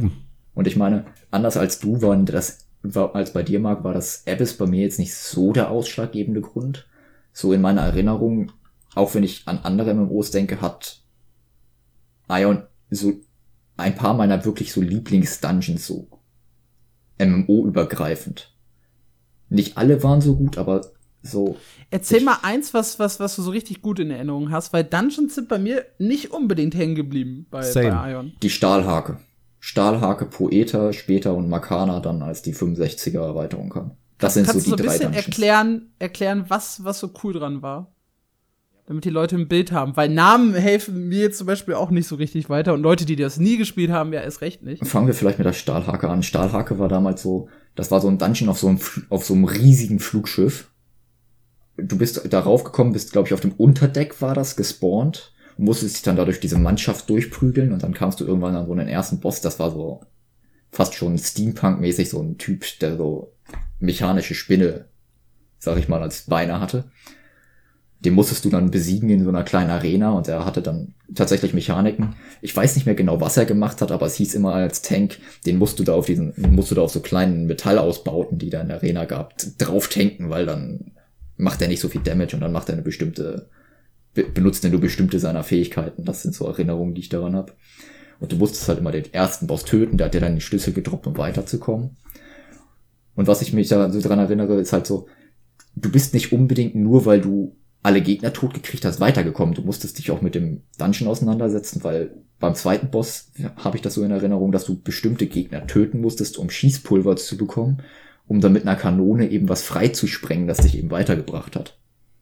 Und ich meine, anders als du, war das, war, als bei dir, Marc, war das Abyss bei mir jetzt nicht so der ausschlaggebende Grund. So in meiner Erinnerung, auch wenn ich an andere M M Os denke, hat Aion so ein paar meiner wirklich so Lieblings-Dungeons, so M M O-übergreifend. Nicht alle waren so gut, aber so. Erzähl mal eins, was, was, was du so richtig gut in Erinnerung hast, weil Dungeons sind bei mir nicht unbedingt hängen geblieben bei, bei Aion. Die Stahlhake. Stahlhake, Poeta, später und Makana dann, als die fünfundsechziger-Erweiterung kam. Das sind Kannst so die drei drei Dungeons. Kannst du so ein bisschen erklären, erklären was, was so cool dran war? Damit die Leute ein Bild haben. Weil Namen helfen mir jetzt zum Beispiel auch nicht so richtig weiter. Und Leute, die das nie gespielt haben, ja erst recht nicht. Fangen wir vielleicht mit der Stahlhake an. Stahlhake war damals so, das war so ein Dungeon auf so einem, auf so einem riesigen Flugschiff. Du bist darauf gekommen, bist, glaube ich, auf dem Unterdeck war das, gespawnt. Und musstest dich dann dadurch diese Mannschaft durchprügeln. Und dann kamst du irgendwann an so einen ersten Boss. Das war so fast schon Steampunk-mäßig, so ein Typ, der so mechanische Spinne, sag ich mal, als Beine hatte. Den musstest du dann besiegen in so einer kleinen Arena und er hatte dann tatsächlich Mechaniken. Ich weiß nicht mehr genau, was er gemacht hat, aber es hieß immer als Tank, den musst du da auf diesen, musst du da auf so kleinen Metallausbauten, die da in der Arena gab, drauf tanken, weil dann macht er nicht so viel Damage und dann macht er eine bestimmte, be- benutzt er nur bestimmte seiner Fähigkeiten. Das sind so Erinnerungen, die ich daran habe. Und du musstest halt immer den ersten Boss töten, der hat dir dann den Schlüssel gedroppt, um weiterzukommen. Und was ich mich da so dran erinnere, ist halt so, du bist nicht unbedingt nur, weil du alle Gegner tot gekriegt hast, weitergekommen. Du musstest dich auch mit dem Dungeon auseinandersetzen, weil beim zweiten Boss habe ich das so in Erinnerung, dass du bestimmte Gegner töten musstest, um Schießpulver zu bekommen, um dann mit einer Kanone eben was freizusprengen, das dich eben weitergebracht hat.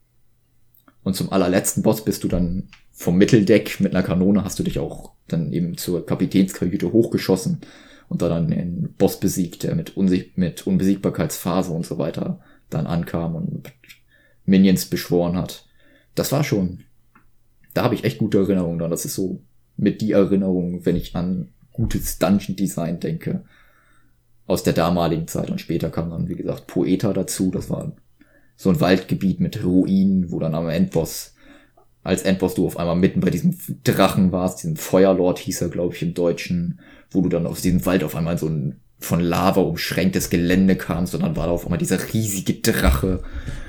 Und zum allerletzten Boss bist du dann vom Mitteldeck mit einer Kanone, hast du dich auch dann eben zur Kapitänskajüte hochgeschossen und da dann den Boss besiegt, der mit, Unsie- mit Unbesiegbarkeitsphase und so weiter dann ankam und Minions beschworen hat. Das war schon, da habe ich echt gute Erinnerungen dran. Das ist so mit die Erinnerung, wenn ich an gutes Dungeon-Design denke, aus der damaligen Zeit. Und später kam dann, wie gesagt, Poeta dazu. Das war so ein Waldgebiet mit Ruinen, wo dann am Endboss, als Endboss du auf einmal mitten bei diesem Drachen warst, diesem Feuerlord hieß er, glaube ich, im Deutschen, wo du dann aus diesem Wald auf einmal so ein von Lava umschränktes Gelände kamst und dann war da auf einmal dieser riesige Drache.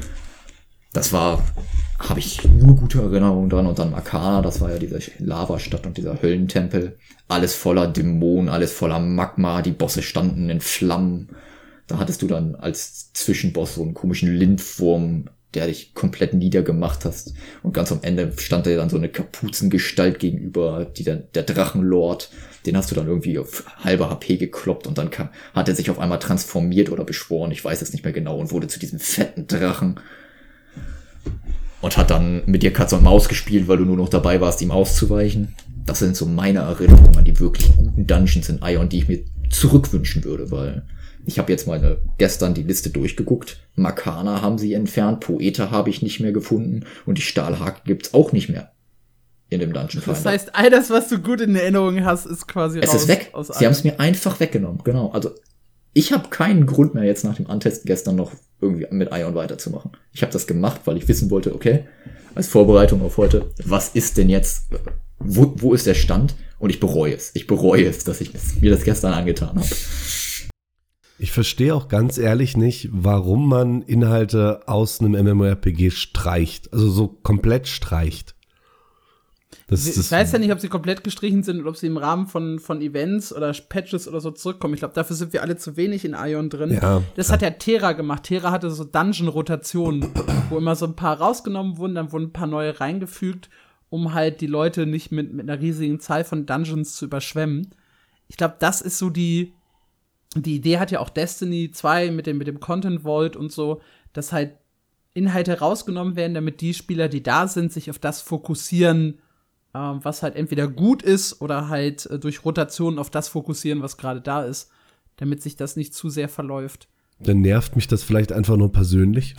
Das war, habe ich nur gute Erinnerungen dran. Und dann Makana, das war ja diese Lavastadt und dieser Höllentempel. Alles voller Dämonen, alles voller Magma. Die Bosse standen in Flammen. Da hattest du dann als Zwischenboss so einen komischen Lindwurm, der dich komplett niedergemacht hast. Und ganz am Ende stand dir dann so eine Kapuzengestalt gegenüber, die der, der Drachenlord. Den hast du dann irgendwie auf halbe H P gekloppt und dann kam, hat er sich auf einmal transformiert oder beschworen. Ich weiß es nicht mehr genau und wurde zu diesem fetten Drachen. Und hat dann mit dir Katz und Maus gespielt, weil du nur noch dabei warst, ihm auszuweichen. Das sind so meine Erinnerungen an die wirklich guten Dungeons in Aion, die ich mir zurückwünschen würde, weil ich habe jetzt mal gestern die Liste durchgeguckt. Makana haben sie entfernt, Poeta habe ich nicht mehr gefunden und die Stahlhake gibt's auch nicht mehr in dem Dungeon Finder. Das heißt, all das, was du gut in Erinnerung hast, ist quasi es raus. Es ist weg. Aus sie haben es mir einfach weggenommen, genau. Also ich habe keinen Grund mehr, jetzt nach dem Antesten gestern noch irgendwie mit Aion weiterzumachen. Ich habe das gemacht, weil ich wissen wollte, okay, als Vorbereitung auf heute, was ist denn jetzt, wo, wo ist der Stand? Und ich bereue es. Ich bereue es, dass ich mir das gestern angetan habe. Ich verstehe auch ganz ehrlich nicht, warum man Inhalte aus einem MMORPG streicht. Also so komplett streicht. Das, ich das weiß ja nicht, ob sie komplett gestrichen sind oder ob sie im Rahmen von, von Events oder Patches oder so zurückkommen. Ich glaube, dafür sind wir alle zu wenig in Aion drin. Ja, das klar. hat ja Terra gemacht. Terra hatte so Dungeon-Rotationen, wo immer so ein paar rausgenommen wurden, dann wurden ein paar neue reingefügt, um halt die Leute nicht mit, mit einer riesigen Zahl von Dungeons zu überschwemmen. Ich glaube, das ist so die Die Idee hat ja auch Destiny zwei mit dem, mit dem Content Vault und so, dass halt Inhalte rausgenommen werden, damit die Spieler, die da sind, sich auf das fokussieren, ähm, was halt entweder gut ist oder halt äh, durch Rotation auf das fokussieren, was gerade da ist, damit sich das nicht zu sehr verläuft. Dann nervt mich das vielleicht einfach nur persönlich.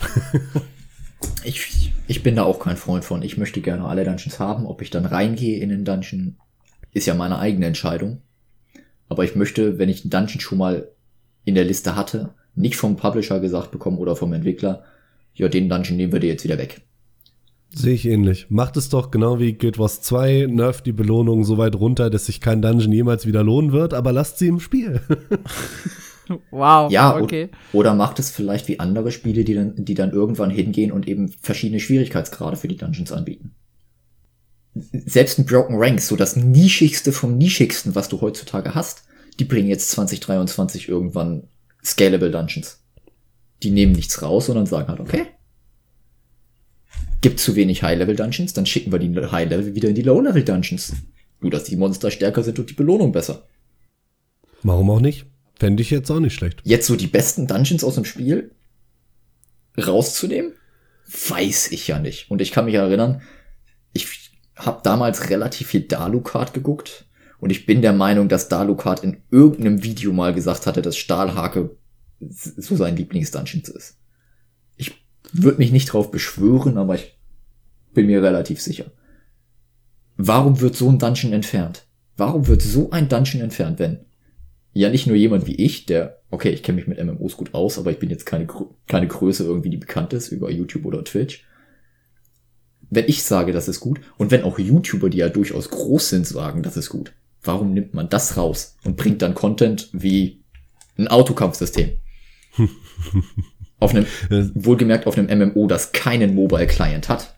ich, ich bin da auch kein Freund von. Ich möchte gerne alle Dungeons haben. Ob ich dann reingehe in den Dungeon, ist ja meine eigene Entscheidung. Aber ich möchte, wenn ich einen Dungeon schon mal in der Liste hatte, nicht vom Publisher gesagt bekommen oder vom Entwickler, ja, den Dungeon nehmen wir dir jetzt wieder weg. Sehe ich ähnlich. Macht es doch genau wie Guild Wars zwei, nervt die Belohnung so weit runter, dass sich kein Dungeon jemals wieder lohnen wird, aber lasst sie im Spiel. Wow, ja, okay. Oder macht es vielleicht wie andere Spiele, die dann, die dann irgendwann hingehen und eben verschiedene Schwierigkeitsgrade für die Dungeons anbieten. Selbst ein Broken Ranks, so das nischigste vom nischigsten, was du heutzutage hast, die bringen jetzt zwanzig dreiundzwanzig irgendwann Scalable Dungeons. Die nehmen nichts raus, sondern sagen halt, okay, gibt zu wenig High-Level-Dungeons, dann schicken wir die High-Level wieder in die Low-Level-Dungeons. Nur, dass die Monster stärker sind und die Belohnung besser. Warum auch nicht? Fände ich jetzt auch nicht schlecht. Jetzt so die besten Dungeons aus dem Spiel rauszunehmen? Weiß ich ja nicht. Und ich kann mich erinnern, ich habe damals relativ viel Dalucard geguckt und ich bin der Meinung, dass Dalucard in irgendeinem Video mal gesagt hatte, dass Stahlhake so sein Lieblingsdungeon ist. Ich würde mich nicht drauf beschwören, aber ich bin mir relativ sicher. Warum wird so ein Dungeon entfernt? Warum wird so ein Dungeon entfernt, wenn ja nicht nur jemand wie ich, der, okay, ich kenne mich mit M M Os gut aus, aber ich bin jetzt keine, keine Größe irgendwie, die bekannt ist über YouTube oder Twitch. Wenn ich sage, das ist gut, und wenn auch YouTuber, die ja durchaus groß sind, sagen, das ist gut, warum nimmt man das raus und bringt dann Content wie ein Autokampfsystem? Auf einem, wohlgemerkt auf einem M M O, das keinen Mobile-Client hat.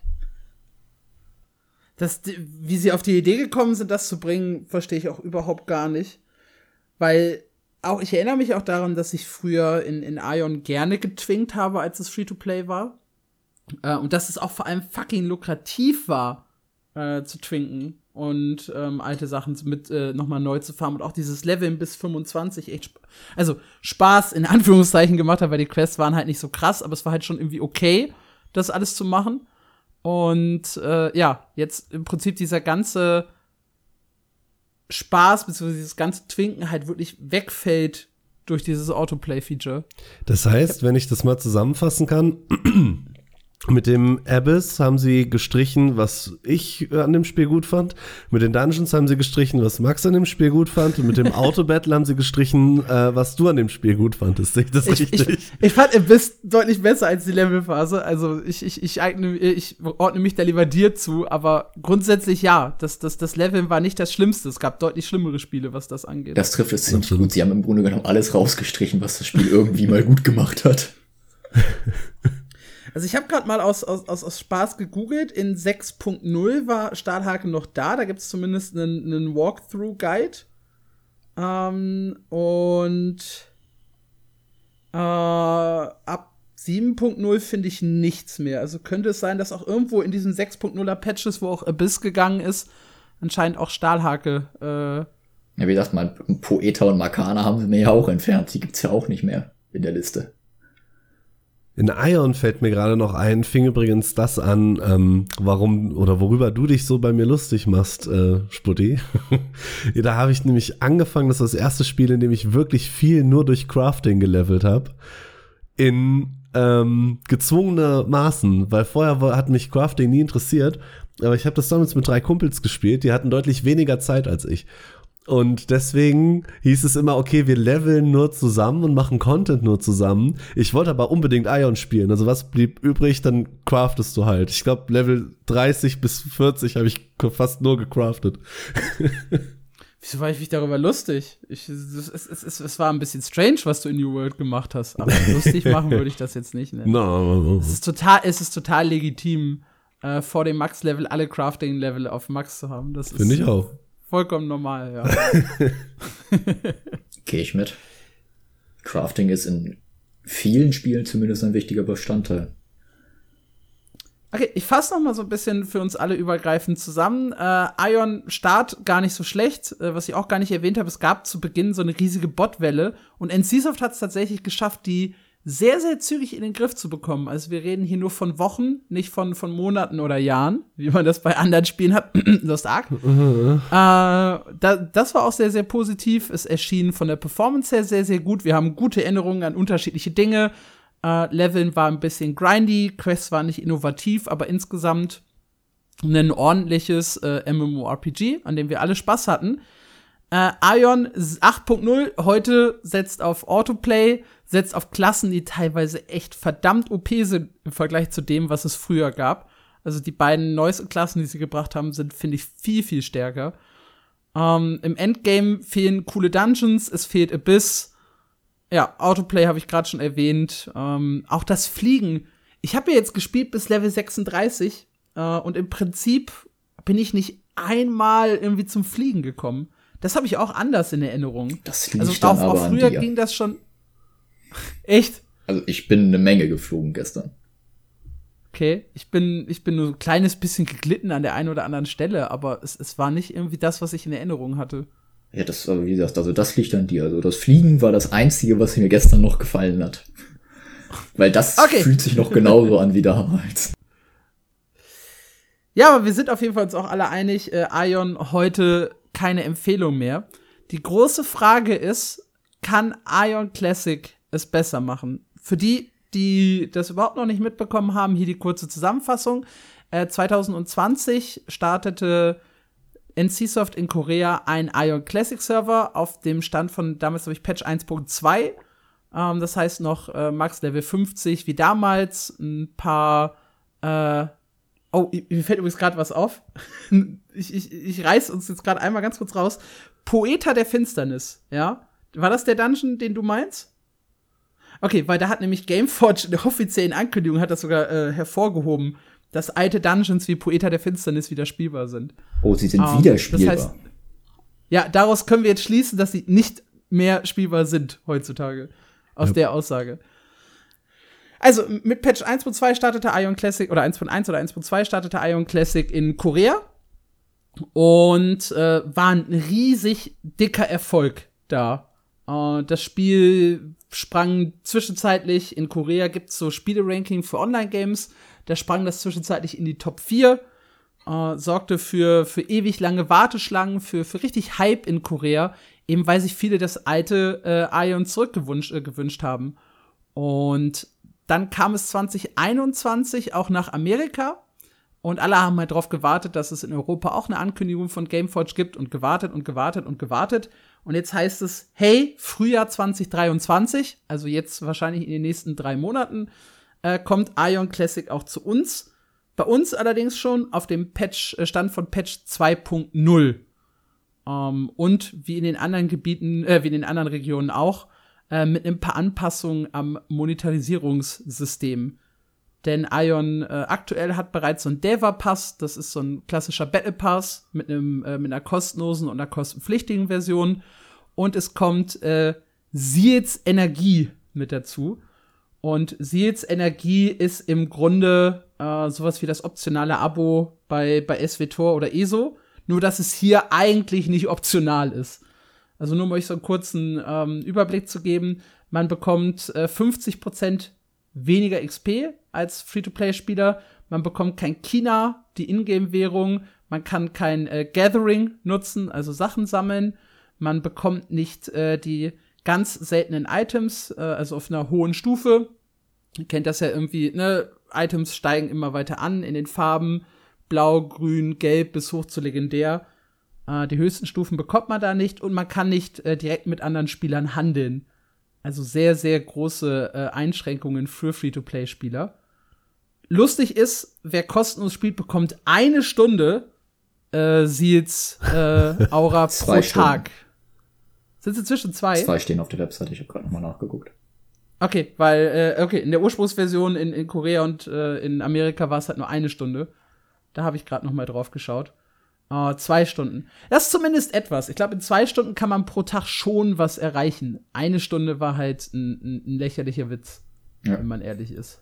Das, wie sie auf die Idee gekommen sind, das zu bringen, verstehe ich auch überhaupt gar nicht. Weil auch, ich erinnere mich auch daran, dass ich früher in, in Aion gerne getwinkt habe, als es Free-to-Play war. Äh, und dass es auch vor allem fucking lukrativ war, äh, zu twinken und ähm, alte Sachen mit äh, nochmal neu zu farmen und auch dieses Leveln bis fünfundzwanzig echt sp- also Spaß in Anführungszeichen gemacht hat, weil die Quests waren halt nicht so krass, aber es war halt schon irgendwie okay, das alles zu machen. Und äh, ja, jetzt im Prinzip dieser ganze Spaß, beziehungsweise dieses ganze Twinken halt wirklich wegfällt durch dieses Autoplay-Feature. Das heißt, wenn ich das mal zusammenfassen kann, mit dem Abyss haben sie gestrichen, was ich an dem Spiel gut fand. Mit den Dungeons haben sie gestrichen, was Max an dem Spiel gut fand. Und mit dem Auto-Battle haben sie gestrichen, äh, was du an dem Spiel gut fandest. Sehe ich das ich, richtig? Ich, ich fand Abyss deutlich besser als die Levelphase. Also ich, ich, ich, eigne, ich ordne mich da lieber dir zu. Aber grundsätzlich ja, das, das, das Leveln war nicht das Schlimmste. Es gab deutlich schlimmere Spiele, was das angeht. Das trifft es ziemlich gut. Sie haben im Grunde genommen alles rausgestrichen, was das Spiel irgendwie mal gut gemacht hat. Also ich habe gerade mal aus, aus, aus, aus Spaß gegoogelt. In sechs Punkt null war Stahlhake noch da. Da gibt es zumindest einen, einen Walkthrough-Guide. Ähm, und äh, ab sieben Punkt null finde ich nichts mehr. Also könnte es sein, dass auch irgendwo in diesen sechs Punkt nuller Patches, wo auch Abyss gegangen ist, anscheinend auch Stahlhake äh Ja, wie gesagt, mal Poeta und Markana haben sie mir ja auch entfernt. Die gibt's ja auch nicht mehr in der Liste. In Aion fällt mir gerade noch ein, fing übrigens das an, ähm, warum oder worüber du dich so bei mir lustig machst, äh, Sputti. Ja, da habe ich nämlich angefangen, das ist das erste Spiel, in dem ich wirklich viel nur durch Crafting gelevelt habe. In ähm, gezwungene Maßen, weil vorher war, hat mich Crafting nie interessiert, aber ich habe das damals mit drei Kumpels gespielt, die hatten deutlich weniger Zeit als ich. Und deswegen hieß es immer, okay, wir leveln nur zusammen und machen Content nur zusammen. Ich wollte aber unbedingt Aion spielen. Also was blieb übrig, dann craftest du halt. Ich glaube, Level dreißig bis vierzig habe ich fast nur gecraftet. Wieso war ich mich darüber lustig? Ich, es, es, es, es war ein bisschen strange, was du in New World gemacht hast. Aber lustig machen würde ich das jetzt nicht nennen. No, no, no. Es ist total, es ist total legitim, äh, vor dem Max-Level alle Crafting-Level auf Max zu haben. Das Finde ich auch. Vollkommen normal, ja. Gehe ich mit. Crafting ist in vielen Spielen zumindest ein wichtiger Bestandteil. Okay, ich fasse noch mal so ein bisschen für uns alle übergreifend zusammen. Äh, Aion Start gar nicht so schlecht. Äh, was ich auch gar nicht erwähnt habe, es gab zu Beginn so eine riesige Botwelle. Und NCSoft hat es tatsächlich geschafft, die sehr, sehr zügig in den Griff zu bekommen. Also wir reden hier nur von Wochen, nicht von, von Monaten oder Jahren, wie man das bei anderen Spielen hat. Lost Ark. Mhm. Äh, da, das war auch sehr, sehr positiv. Es erschien von der Performance her sehr, sehr gut. Wir haben gute Erinnerungen an unterschiedliche Dinge. Äh, Leveln war ein bisschen grindy, Quests waren nicht innovativ, aber insgesamt ein ordentliches äh, MMORPG, an dem wir alle Spaß hatten. Äh, Aion acht Punkt null heute setzt auf Autoplay, setzt auf Klassen, die teilweise echt verdammt O P sind im Vergleich zu dem, was es früher gab. Also die beiden neuesten Klassen, die sie gebracht haben, sind, finde ich, viel, viel stärker. Ähm, Im Endgame fehlen coole Dungeons, es fehlt Abyss. Ja, Autoplay habe ich gerade schon erwähnt. Ähm, auch das Fliegen. Ich habe ja jetzt gespielt bis Level sechsunddreißig äh, und im Prinzip bin ich nicht einmal irgendwie zum Fliegen gekommen. Das habe ich auch anders in Erinnerung. Das liegt also dann auch, aber auch früher an dir. ging das schon. Echt? Also ich bin eine Menge geflogen gestern. Okay, ich bin, ich bin nur ein kleines bisschen geglitten an der einen oder anderen Stelle, aber es, es war nicht irgendwie das, was ich in Erinnerung hatte. Ja, das war, wie gesagt, also das liegt an dir. Also das Fliegen war das Einzige, was mir gestern noch gefallen hat. Weil das okay. fühlt sich noch genauso an wie damals. Ja, aber wir sind auf jeden Fall uns auch alle einig, äh, Aion heute keine Empfehlung mehr. Die große Frage ist, kann Aion Classic es besser machen? Für die, die das überhaupt noch nicht mitbekommen haben, hier die kurze Zusammenfassung. Äh, zwanzig zwanzig startete NCSoft in Korea ein Aion Classic Server auf dem Stand von, damals habe ich Patch eins Punkt zwei. Ähm, das heißt noch äh, Max Level fünfzig wie damals. Ein paar äh, Oh, mir fällt übrigens gerade was auf. Ich, ich, ich reiß uns jetzt gerade einmal ganz kurz raus. Poeta der Finsternis, ja? War das der Dungeon, den du meinst? Okay, weil da hat nämlich Gameforge in der offiziellen Ankündigung hat das sogar äh, hervorgehoben, dass alte Dungeons wie Poeta der Finsternis wieder spielbar sind. Oh, sie sind um, wieder spielbar. Das heißt, ja, daraus können wir jetzt schließen, dass sie nicht mehr spielbar sind heutzutage. Aus ja. der Aussage. Also, mit Patch eins Punkt zwei startete Aion Classic, oder eins Punkt eins oder eins Punkt zwei startete Aion Classic in Korea. Und äh, war ein riesig dicker Erfolg da. Äh, das Spiel sprang zwischenzeitlich, in Korea gibt's so Spiele-Ranking für Online-Games. Da sprang das zwischenzeitlich in die Top vier. Äh, sorgte für, für ewig lange Warteschlangen, für, für richtig Hype in Korea. Eben weil sich viele das alte äh, Aion zurückgewünscht äh, gewünscht haben. Und dann kam es zwanzig einundzwanzig auch nach Amerika und alle haben halt darauf gewartet, dass es in Europa auch eine Ankündigung von Gameforge gibt und gewartet und gewartet und gewartet. Und jetzt heißt es, hey, Frühjahr zwanzig dreiundzwanzig, also jetzt wahrscheinlich in den nächsten drei Monaten, äh, kommt Aion Classic auch zu uns. Bei uns allerdings schon auf dem Patch, äh, Stand von Patch zwei Punkt null. Ähm, und wie in den anderen Gebieten, äh, wie in den anderen Regionen auch, mit ein paar Anpassungen am Monetarisierungssystem. Denn Aion äh, aktuell hat bereits so einen Deva-Pass, das ist so ein klassischer Battle-Pass mit, einem, äh, mit einer kostenlosen und einer kostenpflichtigen Version. Und es kommt äh, Seals Energie mit dazu. Und Seals Energie ist im Grunde äh, sowas wie das optionale Abo bei, bei SWTOR oder E S O, nur dass es hier eigentlich nicht optional ist. Also nur um euch so einen kurzen ähm, Überblick zu geben, man bekommt äh, fünfzig Prozent weniger X P als Free-to-Play-Spieler, man bekommt kein Kina, die Ingame-Währung, man kann kein äh, Gathering nutzen, also Sachen sammeln, man bekommt nicht äh, die ganz seltenen Items, äh, also auf einer hohen Stufe. Ihr kennt das ja irgendwie, ne? Items steigen immer weiter an in den Farben, blau, grün, gelb bis hoch zu legendär. Uh, die höchsten Stufen bekommt man da nicht und man kann nicht äh, direkt mit anderen Spielern handeln. Also sehr, sehr große äh, Einschränkungen für Free-to-Play-Spieler. Lustig ist, wer kostenlos spielt, bekommt eine Stunde äh, Seals äh, Aura pro Tag. Sind sie zwischen zwei? Zwei stehen auf der Webseite, ich habe gerade nochmal nachgeguckt. Okay, weil, äh, okay, in der Ursprungsversion in, in Korea und äh, in Amerika war es halt nur eine Stunde. Da habe ich gerade noch mal drauf geschaut. Uh, zwei Stunden. Das ist zumindest etwas. Ich glaube, in zwei Stunden kann man pro Tag schon was erreichen. Eine Stunde war halt ein, ein, ein lächerlicher Witz, ja. wenn man ehrlich ist.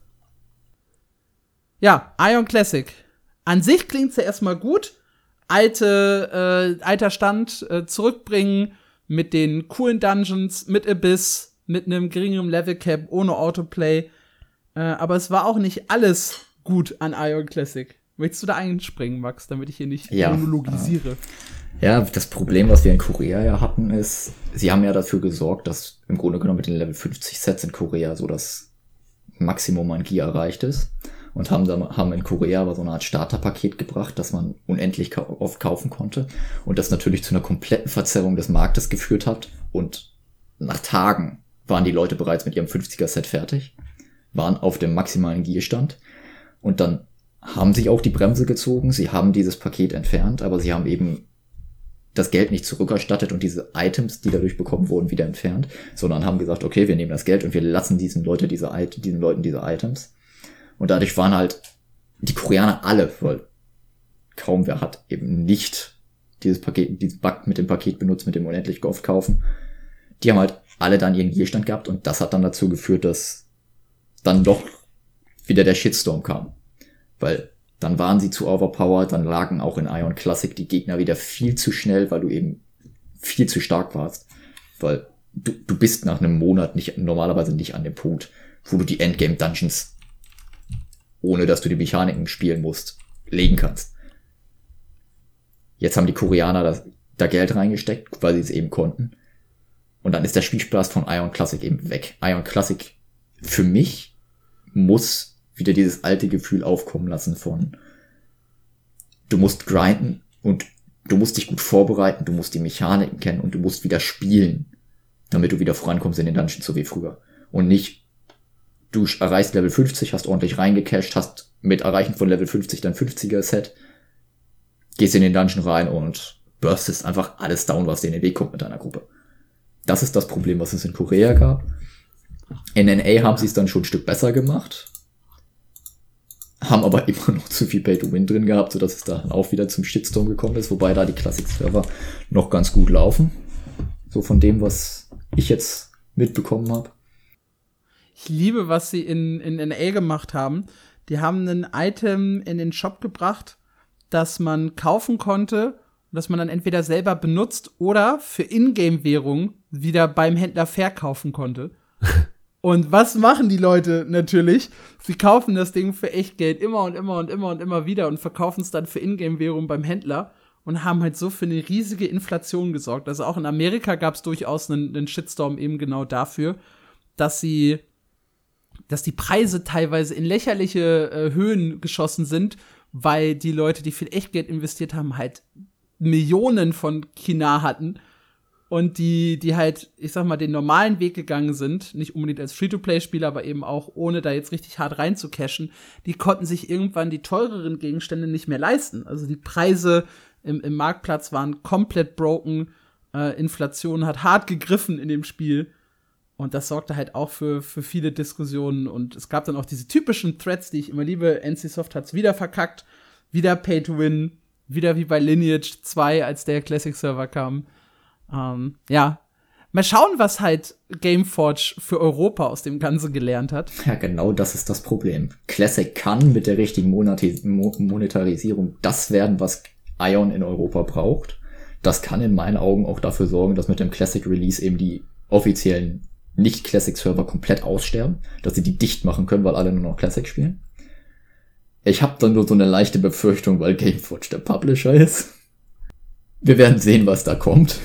Ja, Aion Classic. An sich klingt's ja erstmal gut. Alte, äh, alter Stand äh, zurückbringen mit den coolen Dungeons, mit Abyss, mit einem geringeren Level Cap, ohne Autoplay. Äh, aber es war auch nicht alles gut an Aion Classic. Möchtest du da einspringen, Max, damit ich hier nicht ja, monologisiere? Ja, das Problem, was wir in Korea ja hatten, ist, sie haben ja dafür gesorgt, dass im Grunde genommen mit den Level fünfzig Sets in Korea so das Maximum an Gear erreicht ist. Und haben, da, haben in Korea aber so eine Art Starterpaket gebracht, das man unendlich ka- oft kaufen konnte. Und das natürlich zu einer kompletten Verzerrung des Marktes geführt hat. Und nach Tagen waren die Leute bereits mit ihrem fünfziger Set fertig, waren auf dem maximalen Gear-Stand. Und dann haben sich auch die Bremse gezogen, sie haben dieses Paket entfernt, aber sie haben eben das Geld nicht zurückerstattet und diese Items, die dadurch bekommen wurden, wieder entfernt, sondern haben gesagt, okay, wir nehmen das Geld und wir lassen diesen Leute diese, diesen Leuten diese Items. Und dadurch waren halt die Koreaner alle, weil kaum wer hat eben nicht dieses Paket, dieses Bug mit dem Paket benutzt, mit dem unendlich oft kaufen. Die haben halt alle dann ihren Gegenstand gehabt und das hat dann dazu geführt, dass dann doch wieder der Shitstorm kam. Weil dann waren sie zu overpowered, dann lagen auch in Ion Classic die Gegner wieder viel zu schnell, weil du eben viel zu stark warst. Weil du, du bist nach einem Monat nicht normalerweise nicht an dem Punkt, wo du die Endgame-Dungeons, ohne dass du die Mechaniken spielen musst, legen kannst. Jetzt haben die Koreaner das, da Geld reingesteckt, weil sie es eben konnten. Und dann ist der Spielspaß von Ion Classic eben weg. Ion Classic für mich muss wieder dieses alte Gefühl aufkommen lassen von du musst grinden und du musst dich gut vorbereiten, du musst die Mechaniken kennen und du musst wieder spielen, damit du wieder vorankommst in den Dungeons, so wie früher. Und nicht, du erreichst Level fünfzig, hast ordentlich reingecasht, hast mit Erreichen von Level fünfzig dein fünfziger-Set, gehst in den Dungeon rein und burstest einfach alles down, was dir in den Weg kommt mit deiner Gruppe. Das ist das Problem, was es in Korea gab. In N A haben sie es dann schon ein Stück besser gemacht, haben aber immer noch zu viel Pay-to-Win drin gehabt, sodass es dann auch wieder zum Shitstorm gekommen ist, wobei da die Classic-Server noch ganz gut laufen. So von dem, was ich jetzt mitbekommen habe. Ich liebe, was sie in, in N A gemacht haben. Die haben ein Item in den Shop gebracht, das man kaufen konnte, das man dann entweder selber benutzt oder für Ingame-Währung wieder beim Händler verkaufen konnte. Und was machen die Leute natürlich? Sie kaufen das Ding für echt Geld immer und immer und immer und immer wieder und verkaufen es dann für Ingame-Währung beim Händler und haben halt so für eine riesige Inflation gesorgt. Also auch in Amerika gab es durchaus einen, einen Shitstorm eben genau dafür, dass sie, dass die Preise teilweise in lächerliche äh, Höhen geschossen sind, weil die Leute, die viel Echtgeld investiert haben, halt Millionen von China hatten. Und die, die halt, ich sag mal, den normalen Weg gegangen sind, nicht unbedingt als Free-to-Play-Spieler, aber eben auch ohne da jetzt richtig hart reinzucashen, die konnten sich irgendwann die teureren Gegenstände nicht mehr leisten. Also die Preise im, im Marktplatz waren komplett broken, äh, Inflation hat hart gegriffen in dem Spiel. Und das sorgte halt auch für, für viele Diskussionen. Und es gab dann auch diese typischen Threads, die ich immer liebe. N C Soft hat's wieder verkackt, wieder Pay-to-Win, wieder wie bei Lineage zwei, als der Classic-Server kam. Ähm, ja, mal schauen, was halt Gameforge für Europa aus dem Ganzen gelernt hat. Ja, genau das ist das Problem. Classic kann mit der richtigen Monati- Mo- Monetarisierung das werden, was Ion in Europa braucht. Das kann in meinen Augen auch dafür sorgen, dass mit dem Classic Release eben die offiziellen Nicht-Classic-Server komplett aussterben, dass sie die dicht machen können, weil alle nur noch Classic spielen. Ich habe dann nur so eine leichte Befürchtung, weil Gameforge der Publisher ist. Wir werden sehen, was da kommt.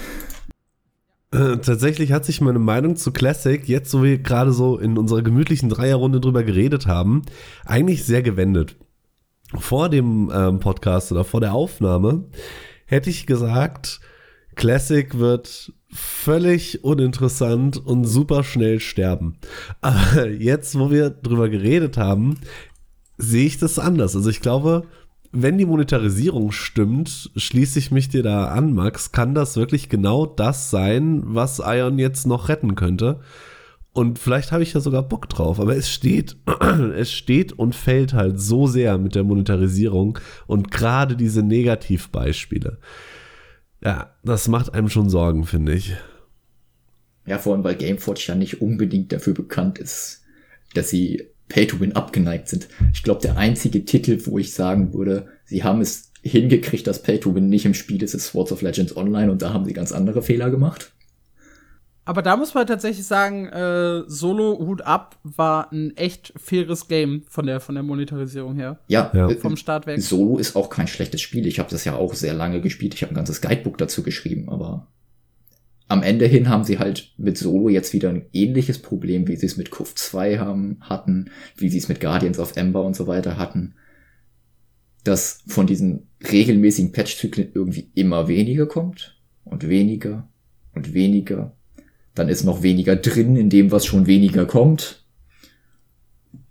Äh, tatsächlich hat sich meine Meinung zu Classic, jetzt so wie gerade so in unserer gemütlichen Dreierrunde drüber geredet haben, eigentlich sehr gewendet. Vor dem ähm, Podcast oder vor der Aufnahme hätte ich gesagt, Classic wird völlig uninteressant und super schnell sterben. Aber jetzt, wo wir drüber geredet haben, sehe ich das anders. Also ich glaube, wenn die Monetarisierung stimmt, schließe ich mich dir da an, Max, kann das wirklich genau das sein, was Ion jetzt noch retten könnte. Und vielleicht habe ich ja sogar Bock drauf, aber es steht, es steht und fällt halt so sehr mit der Monetarisierung und gerade diese Negativbeispiele. Ja, das macht einem schon Sorgen, finde ich. Ja, vor allem, weil Gameforge ja nicht unbedingt dafür bekannt ist, dass sie Pay-to-Win abgeneigt sind. Ich glaube, der einzige Titel, wo ich sagen würde, sie haben es hingekriegt, dass Pay-to-Win nicht im Spiel ist, ist Swords of Legends Online und da haben sie ganz andere Fehler gemacht. Aber da muss man tatsächlich sagen, äh, Solo Hut ab war ein echt faires Game von der von der Monetarisierung her. Ja, ja. Äh, vom Start weg. Solo ist auch kein schlechtes Spiel. Ich habe das ja auch sehr lange gespielt. Ich habe ein ganzes Guidebook dazu geschrieben, aber am Ende hin haben sie halt mit Solo jetzt wieder ein ähnliches Problem, wie sie es mit K U F zwei haben, hatten, wie sie es mit Guardians of Ember und so weiter hatten, dass von diesen regelmäßigen Patch-Zyklen irgendwie immer weniger kommt und weniger und weniger. Dann ist noch weniger drin in dem, was schon weniger kommt. Und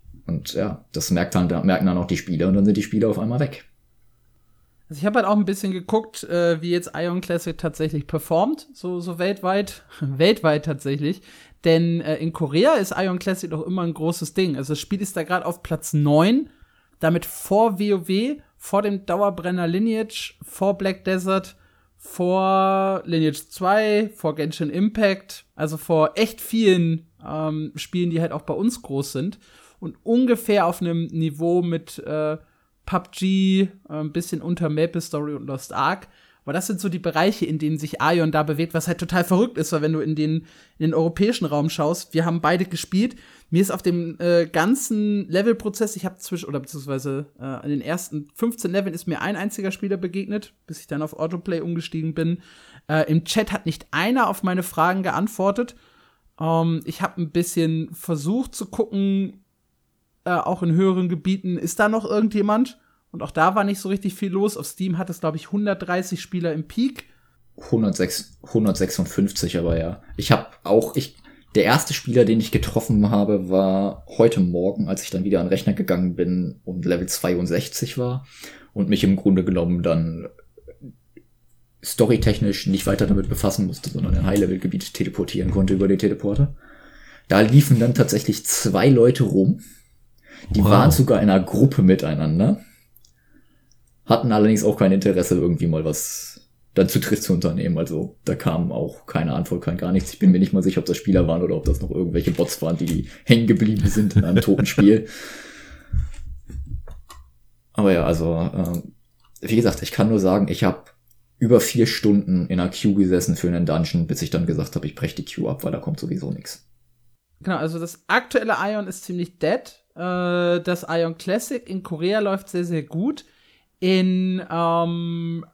Und ja, das merkt dann, merken dann auch die Spieler und dann sind die Spieler auf einmal weg. Also ich habe halt auch ein bisschen geguckt, äh, wie jetzt Ion Classic tatsächlich performt, so, so weltweit, weltweit tatsächlich. Denn äh, in Korea ist Ion Classic doch immer ein großes Ding. Also das Spiel ist da gerade auf Platz neun, damit vor WoW, vor dem Dauerbrenner Lineage, vor Black Desert, vor Lineage zwei, vor Genshin Impact, also vor echt vielen ähm, Spielen, die halt auch bei uns groß sind und ungefähr auf einem Niveau mit äh, P U B G, äh, ein bisschen unter MapleStory und Lost Ark. Aber das sind so die Bereiche, in denen sich Ion da bewegt, was halt total verrückt ist, weil wenn du in den, in den europäischen Raum schaust, wir haben beide gespielt. Mir ist auf dem äh, ganzen Levelprozess, ich habe zwischen, oder beziehungsweise äh, in den ersten fünfzehn Leveln ist mir ein einziger Spieler begegnet, bis ich dann auf Autoplay umgestiegen bin. Äh, Im Chat hat nicht einer auf meine Fragen geantwortet. Ähm, ich habe ein bisschen versucht zu gucken, äh, auch in höheren Gebieten, ist da noch irgendjemand? Und auch da war nicht so richtig viel los. Auf Steam hat es, glaube ich, hundertdreißig Spieler im Peak. hundertsechs, hundertsechsundfünfzig aber ja. Ich habe auch, ich, der erste Spieler, den ich getroffen habe, war heute Morgen, als ich dann wieder an den Rechner gegangen bin und Level zweiundsechzig war und mich im Grunde genommen dann storytechnisch nicht weiter damit befassen musste, sondern in High-Level-Gebiet teleportieren konnte über den Teleporter. Da liefen dann tatsächlich zwei Leute rum. Die wow. waren sogar in einer Gruppe miteinander. Hatten allerdings auch kein Interesse, irgendwie mal was dann zu dritt zu unternehmen. Also da kam auch keine Antwort, kein gar nichts. Ich bin mir nicht mal sicher, ob das Spieler waren oder ob das noch irgendwelche Bots waren, die hängen geblieben sind in einem toten Spiel. Aber ja, also äh, wie gesagt, ich kann nur sagen, ich habe über vier Stunden in einer Queue gesessen für einen Dungeon, bis ich dann gesagt habe, ich breche die Queue ab, weil da kommt sowieso nichts. Genau, also das aktuelle Ion ist ziemlich dead. Äh, das Ion Classic in Korea läuft sehr, sehr gut. In ähm,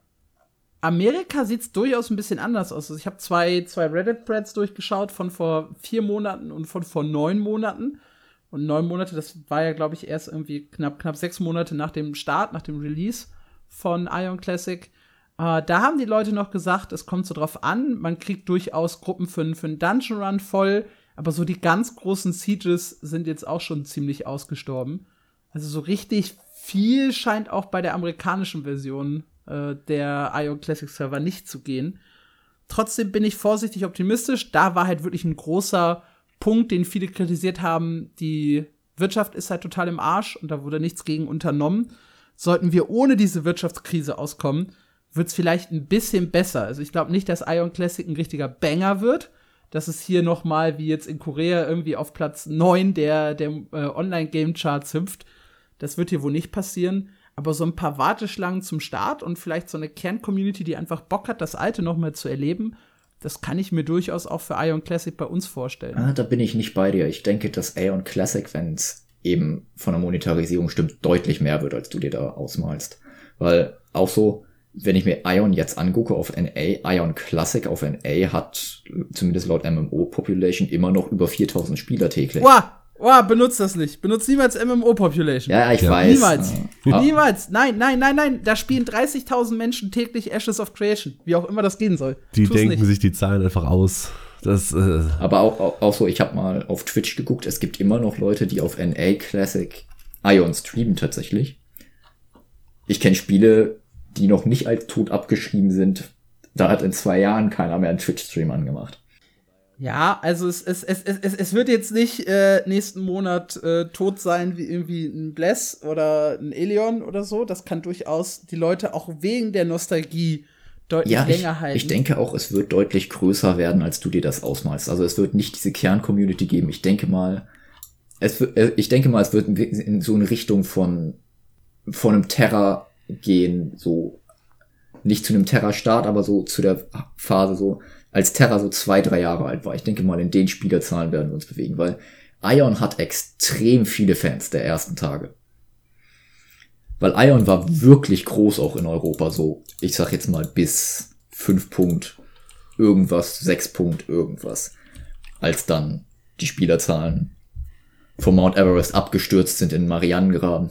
Amerika sieht es durchaus ein bisschen anders aus. Also ich habe zwei, zwei Reddit-Threads durchgeschaut von vor vier Monaten und von vor neun Monaten. Und neun Monate, das war ja, glaube ich, erst irgendwie knapp, knapp sechs Monate nach dem Start, nach dem Release von Ion Classic. Äh, da haben die Leute noch gesagt, es kommt so drauf an, man kriegt durchaus Gruppen für, für einen Dungeon Run voll, aber so die ganz großen Sieges sind jetzt auch schon ziemlich ausgestorben. Also so richtig viel scheint auch bei der amerikanischen Version äh, der Ion Classic Server nicht zu gehen. Trotzdem bin ich vorsichtig optimistisch. Da war halt wirklich ein großer Punkt, den viele kritisiert haben. Die Wirtschaft ist halt total im Arsch und da wurde nichts gegen unternommen. Sollten wir ohne diese Wirtschaftskrise auskommen, wird es vielleicht ein bisschen besser. Also ich glaube nicht, dass Ion Classic ein richtiger Banger wird. Dass es hier noch mal, wie jetzt in Korea, irgendwie auf Platz neun der, der äh, Online-Game-Charts hüpft. Das wird hier wohl nicht passieren. Aber so ein paar Warteschlangen zum Start und vielleicht so eine Kern-Community, die einfach Bock hat, das Alte noch mal zu erleben, das kann ich mir durchaus auch für Ion Classic bei uns vorstellen. Ah, da bin ich nicht bei dir. Ich denke, dass Ion Classic, wenn es eben von der Monetarisierung stimmt, deutlich mehr wird, als du dir da ausmalst. Weil auch so, wenn ich mir Ion jetzt angucke auf N A, Ion Classic auf N A hat zumindest laut M M O-Population immer noch über viertausend Spieler täglich. Wow, wow, benutzt das nicht. Benutzt niemals M M O-Population. Ja, ich ja. weiß. Niemals. Ja. Niemals. Nein, nein, nein, nein. Da spielen dreißigtausend Menschen täglich Ashes of Creation. Wie auch immer das gehen soll. Die Tu's denken nicht. sich die Zahlen einfach aus. Das, äh Aber auch, auch, auch so, ich habe mal auf Twitch geguckt, es gibt immer noch Leute, die auf N A Classic Ion streamen tatsächlich. Ich kenne Spiele, die noch nicht als tot abgeschrieben sind. Da hat in zwei Jahren keiner mehr einen Twitch-Stream angemacht. Ja, also es, es, es, es, es wird jetzt nicht äh, nächsten Monat äh, tot sein wie irgendwie ein Bless oder ein Elion oder so. Das kann durchaus die Leute auch wegen der Nostalgie deutlich Ja, länger ich, halten. ich denke auch, es wird deutlich größer werden, als du dir das ausmalst. Also es wird nicht diese Kern-Community geben. Ich denke mal, es wird, ich denke mal, es wird in so eine Richtung von, von einem Terra gehen, so nicht zu einem Terra-Start, aber so zu der Phase so, als Terra so zwei, drei Jahre alt war. Ich denke mal, in den Spielerzahlen werden wir uns bewegen, weil Ion hat extrem viele Fans der ersten Tage. Weil Ion war wirklich groß auch in Europa, so, ich sag jetzt mal bis fünf Punkt irgendwas, sechs Punkt irgendwas. Als dann die Spielerzahlen vom Mount Everest abgestürzt sind in Marianengraben.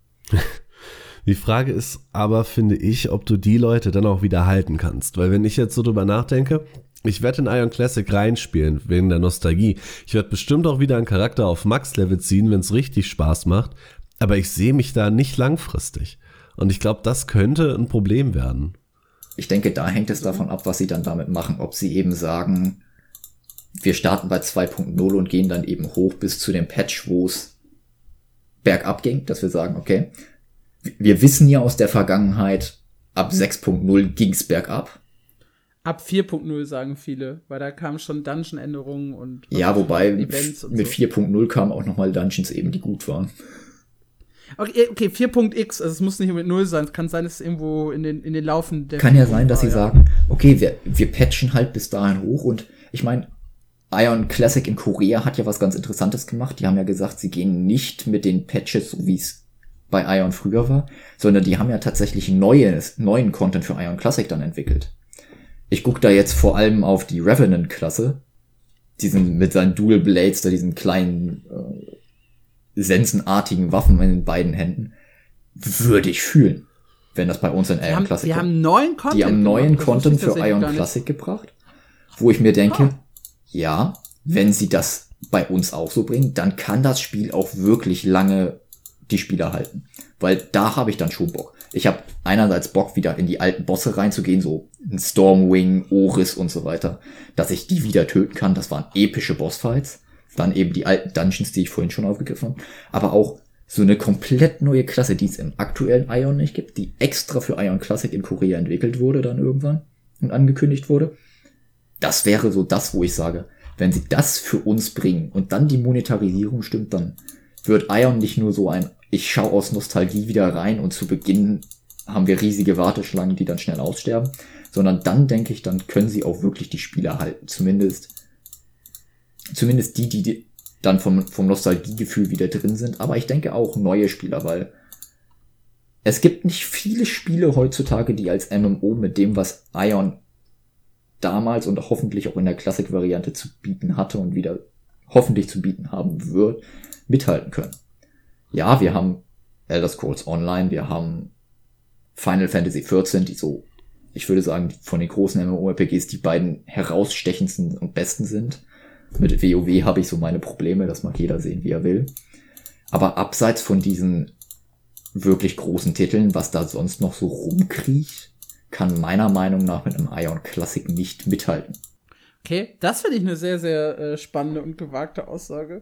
Die Frage ist aber, finde ich, ob du die Leute dann auch wieder halten kannst. Weil wenn ich jetzt so drüber nachdenke, Ich werde in Ion Classic reinspielen, wegen der Nostalgie. Ich werde bestimmt auch wieder einen Charakter auf Max-Level ziehen, wenn es richtig Spaß macht. Aber ich sehe mich da nicht langfristig. Und ich glaube, das könnte ein Problem werden. Ich denke, da hängt es davon ab, was sie dann damit machen. Ob sie eben sagen, wir starten bei zwei Punkt null und gehen dann eben hoch bis zu dem Patch, wo es bergab ging. Dass wir sagen, okay, wir wissen ja aus der Vergangenheit, ab sechs Punkt null ging es bergab. Ab vier Punkt null sagen viele, weil da kamen schon Dungeon-Änderungen und ja, wobei Events und mit so. vier Punkt null kamen auch nochmal Dungeons eben, die gut waren. Okay, okay, vier Punkt x, also es muss nicht mit null sein, es kann sein, dass es irgendwo in den, in den Laufen der Kann ja sein, dass war, sie ja. sagen, okay, wir, wir patchen halt bis dahin hoch und ich meine, Ion Classic in Korea hat ja was ganz Interessantes gemacht. Die haben ja gesagt, sie gehen nicht mit den Patches, so wie es bei Ion früher war, sondern die haben ja tatsächlich neues, neuen Content für Ion Classic dann entwickelt. Ich gucke da jetzt vor allem auf die Revenant-Klasse, diesen mit seinen Dual Blades, da diesen kleinen äh, sensenartigen Waffen in den beiden Händen, würde ich fühlen, wenn das bei uns in Ion Classic Die kommt. haben neuen Content Die haben neuen gemacht, Content für Ion Classic gebracht, wo ich mir denke, ah. ja, wenn sie das bei uns auch so bringen, dann kann das Spiel auch wirklich lange die Spieler halten. Weil da habe ich dann schon Bock. Ich habe einerseits Bock, wieder in die alten Bosse reinzugehen, so ein Stormwing, Oris und so weiter, dass ich die wieder töten kann. Das waren epische Bossfights. Dann eben die alten Dungeons, die ich vorhin schon aufgegriffen habe. Aber auch so eine komplett neue Klasse, die es im aktuellen Ion nicht gibt, die extra für Ion Classic in Korea entwickelt wurde dann irgendwann und angekündigt wurde. Das wäre so das, wo ich sage, wenn sie das für uns bringen und dann die Monetarisierung stimmt, dann wird Ion nicht nur so ein, ich schaue aus Nostalgie wieder rein und zu Beginn haben wir riesige Warteschlangen, die dann schnell aussterben, sondern dann denke ich, dann können sie auch wirklich die Spieler halten. Zumindest, zumindest die, die dann vom, vom Nostalgiegefühl wieder drin sind. Aber ich denke auch neue Spieler, weil es gibt nicht viele Spiele heutzutage, die als M M O mit dem, was Ion damals und hoffentlich auch in der Classic-Variante zu bieten hatte und wieder hoffentlich zu bieten haben wird, mithalten können. Ja, wir haben Elder Scrolls Online, wir haben Final Fantasy vierzehn, die so, ich würde sagen, von den großen MMORPGs die beiden herausstechendsten und besten sind. Mit WoW habe ich so meine Probleme, das mag jeder sehen, wie er will. Aber abseits von diesen wirklich großen Titeln, was da sonst noch so rumkriecht, kann meiner Meinung nach mit einem Ion Classic nicht mithalten. Okay, das finde ich eine sehr, sehr äh, spannende und gewagte Aussage.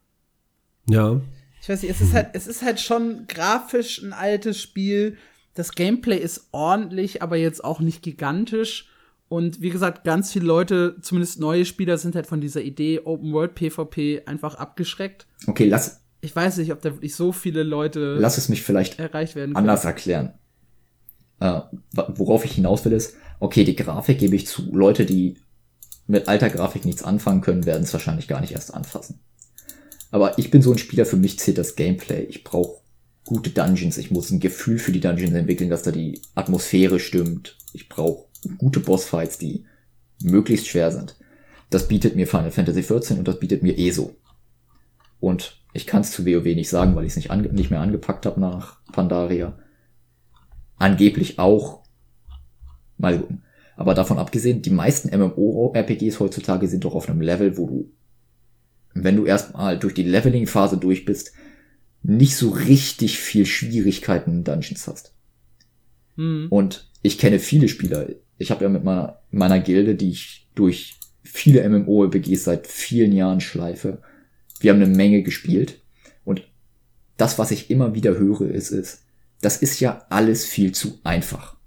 Ja. Ich weiß nicht, es ist halt, es ist halt schon grafisch ein altes Spiel. Das Gameplay ist ordentlich, aber jetzt auch nicht gigantisch. Und wie gesagt, ganz viele Leute, zumindest neue Spieler, sind halt von dieser Idee Open World PvP einfach abgeschreckt. Okay, lass. Ich weiß nicht, ob da wirklich so viele Leute Lass es mich vielleicht erreicht werden können. anders erklären. Äh, worauf ich hinaus will ist, okay, die Grafik gebe ich zu. Leute, die mit alter Grafik nichts anfangen können, werden es wahrscheinlich gar nicht erst anfassen. Aber ich bin so ein Spieler, für mich zählt das Gameplay. Ich brauche gute Dungeons. Ich muss ein Gefühl für die Dungeons entwickeln, dass da die Atmosphäre stimmt. Ich brauche gute Bossfights, die möglichst schwer sind. Das bietet mir Final Fantasy vierzehn und das bietet mir E S O. Und ich kann es zu WoW nicht sagen, weil ich es nicht, ange- nicht mehr angepackt habe nach Pandaria. Angeblich auch. Mal gucken. Aber davon abgesehen, die meisten MMORPGs heutzutage sind doch auf einem Level, wo du, wenn du erstmal durch die Leveling-Phase durch bist, nicht so richtig viel Schwierigkeiten in Dungeons hast. Hm. Und ich kenne viele Spieler. Ich habe ja mit meiner, meiner Gilde, die ich durch viele MMORPGs seit vielen Jahren schleife, wir haben eine Menge gespielt. Und das, was ich immer wieder höre, ist, ist, das ist ja alles viel zu einfach.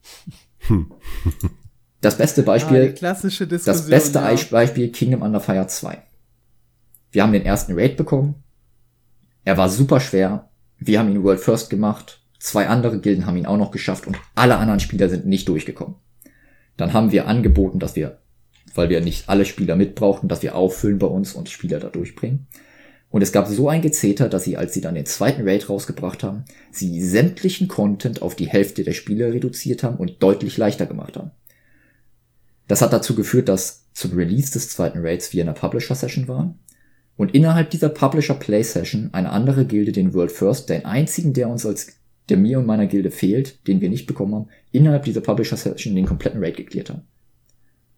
Das beste Beispiel, ah, die klassische Diskussion, das beste ja. Beispiel Kingdom Under Fire zwei. Wir haben den ersten Raid bekommen. Er war super schwer. Wir haben ihn World First gemacht. Zwei andere Gilden haben ihn auch noch geschafft und alle anderen Spieler sind nicht durchgekommen. Dann haben wir angeboten, dass wir, weil wir nicht alle Spieler mitbrauchten, dass wir auffüllen bei uns und Spieler da durchbringen. Und es gab so ein Gezeter, dass sie, als sie dann den zweiten Raid rausgebracht haben, sie sämtlichen Content auf die Hälfte der Spieler reduziert haben und deutlich leichter gemacht haben. Das hat dazu geführt, dass zum Release des zweiten Raids wir in einer Publisher-Session waren. Und innerhalb dieser Publisher-Play-Session eine andere Gilde den World First, den einzigen, der uns als, der mir und meiner Gilde fehlt, den wir nicht bekommen haben, innerhalb dieser Publisher-Session den kompletten Raid geklärt haben.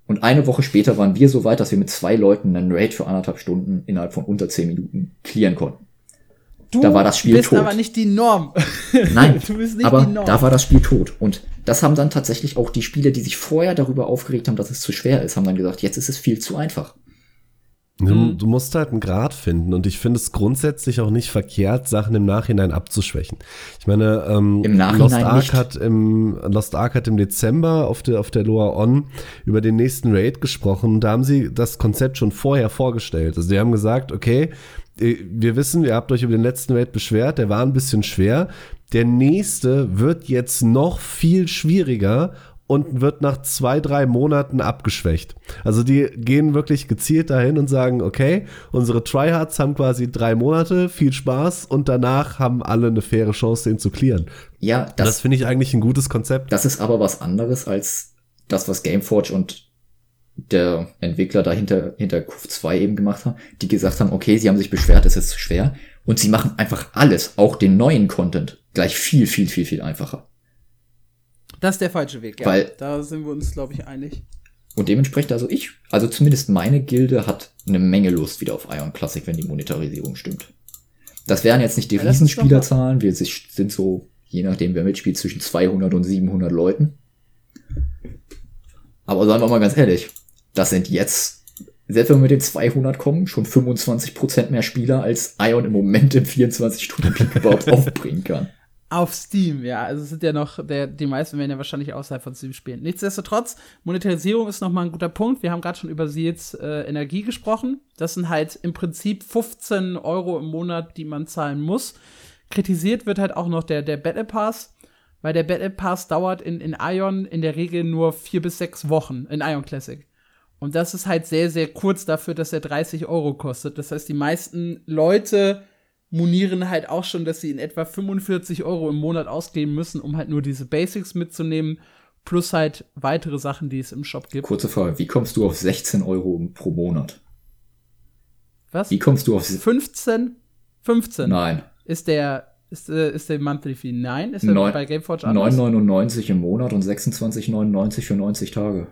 Und eine Woche später waren wir so weit, dass wir mit zwei Leuten einen Raid für anderthalb Stunden innerhalb von unter zehn Minuten clearen konnten. Du da war das Spiel bist tot. aber nicht die Norm. Nein, du bist nicht aber die Norm. Da war das Spiel tot. Und das haben dann tatsächlich auch die Spieler, die sich vorher darüber aufgeregt haben, dass es zu schwer ist, haben dann gesagt, jetzt ist es viel zu einfach. Du, Mhm. du musst halt einen Grad finden und ich finde es grundsätzlich auch nicht verkehrt, Sachen im Nachhinein abzuschwächen. Ich meine, ähm, Im Nachhinein Lost Ark nicht. hat im Lost Ark hat im Dezember auf der auf der Loa On über den nächsten Raid gesprochen. Da haben sie das Konzept schon vorher vorgestellt. Also die haben gesagt, okay, wir wissen, ihr habt euch über den letzten Raid beschwert, der war ein bisschen schwer. Der nächste wird jetzt noch viel schwieriger und wird nach zwei, drei Monaten abgeschwächt. Also die gehen wirklich gezielt dahin und sagen, okay, unsere Tryhards haben quasi drei Monate, viel Spaß und danach haben alle eine faire Chance, den zu clearen. Ja, Das, das, finde ich eigentlich ein gutes Konzept. das ist aber was anderes als das, was Gameforge und der Entwickler dahinter hinter Q zwei eben gemacht haben, die gesagt haben, okay, sie haben sich beschwert, es ist zu schwer und sie machen einfach alles, auch den neuen Content, gleich viel, viel, viel, viel einfacher. Das ist der falsche Weg, ja. Weil- da sind wir uns, glaube ich, einig. Und dementsprechend, also ich, also zumindest meine Gilde hat eine Menge Lust wieder auf Ion Classic, wenn die Monetarisierung stimmt. Das wären jetzt nicht die Ja, das ist Riesenspielerzahlen, wir sind so, je nachdem wer mitspielt, zwischen zweihundert und siebenhundert Leuten. Aber sagen wir mal ganz ehrlich, das sind jetzt, selbst wenn wir mit den zweihundert kommen, schon fünfundzwanzig Prozent mehr Spieler, als Ion im Moment im vierundzwanzig-Stunden-Peak überhaupt aufbringen kann. Auf Steam, ja. Also es sind ja noch, der, die meisten werden ja wahrscheinlich außerhalb von Steam spielen. Nichtsdestotrotz, Monetarisierung ist nochmal ein guter Punkt. Wir haben gerade schon über Seals äh, Energie gesprochen. Das sind halt im Prinzip fünfzehn Euro im Monat, die man zahlen muss. Kritisiert wird halt auch noch der, der Battle Pass, weil der Battle Pass dauert in, in Ion in der Regel nur vier bis sechs Wochen, in Ion Classic. Und das ist halt sehr, sehr kurz dafür, dass er dreißig Euro kostet. Das heißt, die meisten Leute monieren halt auch schon, dass sie in etwa fünfundvierzig Euro im Monat ausgeben müssen, um halt nur diese Basics mitzunehmen, plus halt weitere Sachen, die es im Shop gibt. Kurze Frage, wie kommst du auf sechzehn Euro pro Monat? Was? Wie kommst du auf... fünfzehn? fünfzehn Nein, ist der, ist, äh, ist der Monthly Fee. Nein, ist der Neun- bei Gameforge neun anders? neunundneunzig im Monat und sechsundzwanzig neunundneunzig für neunzig Tage.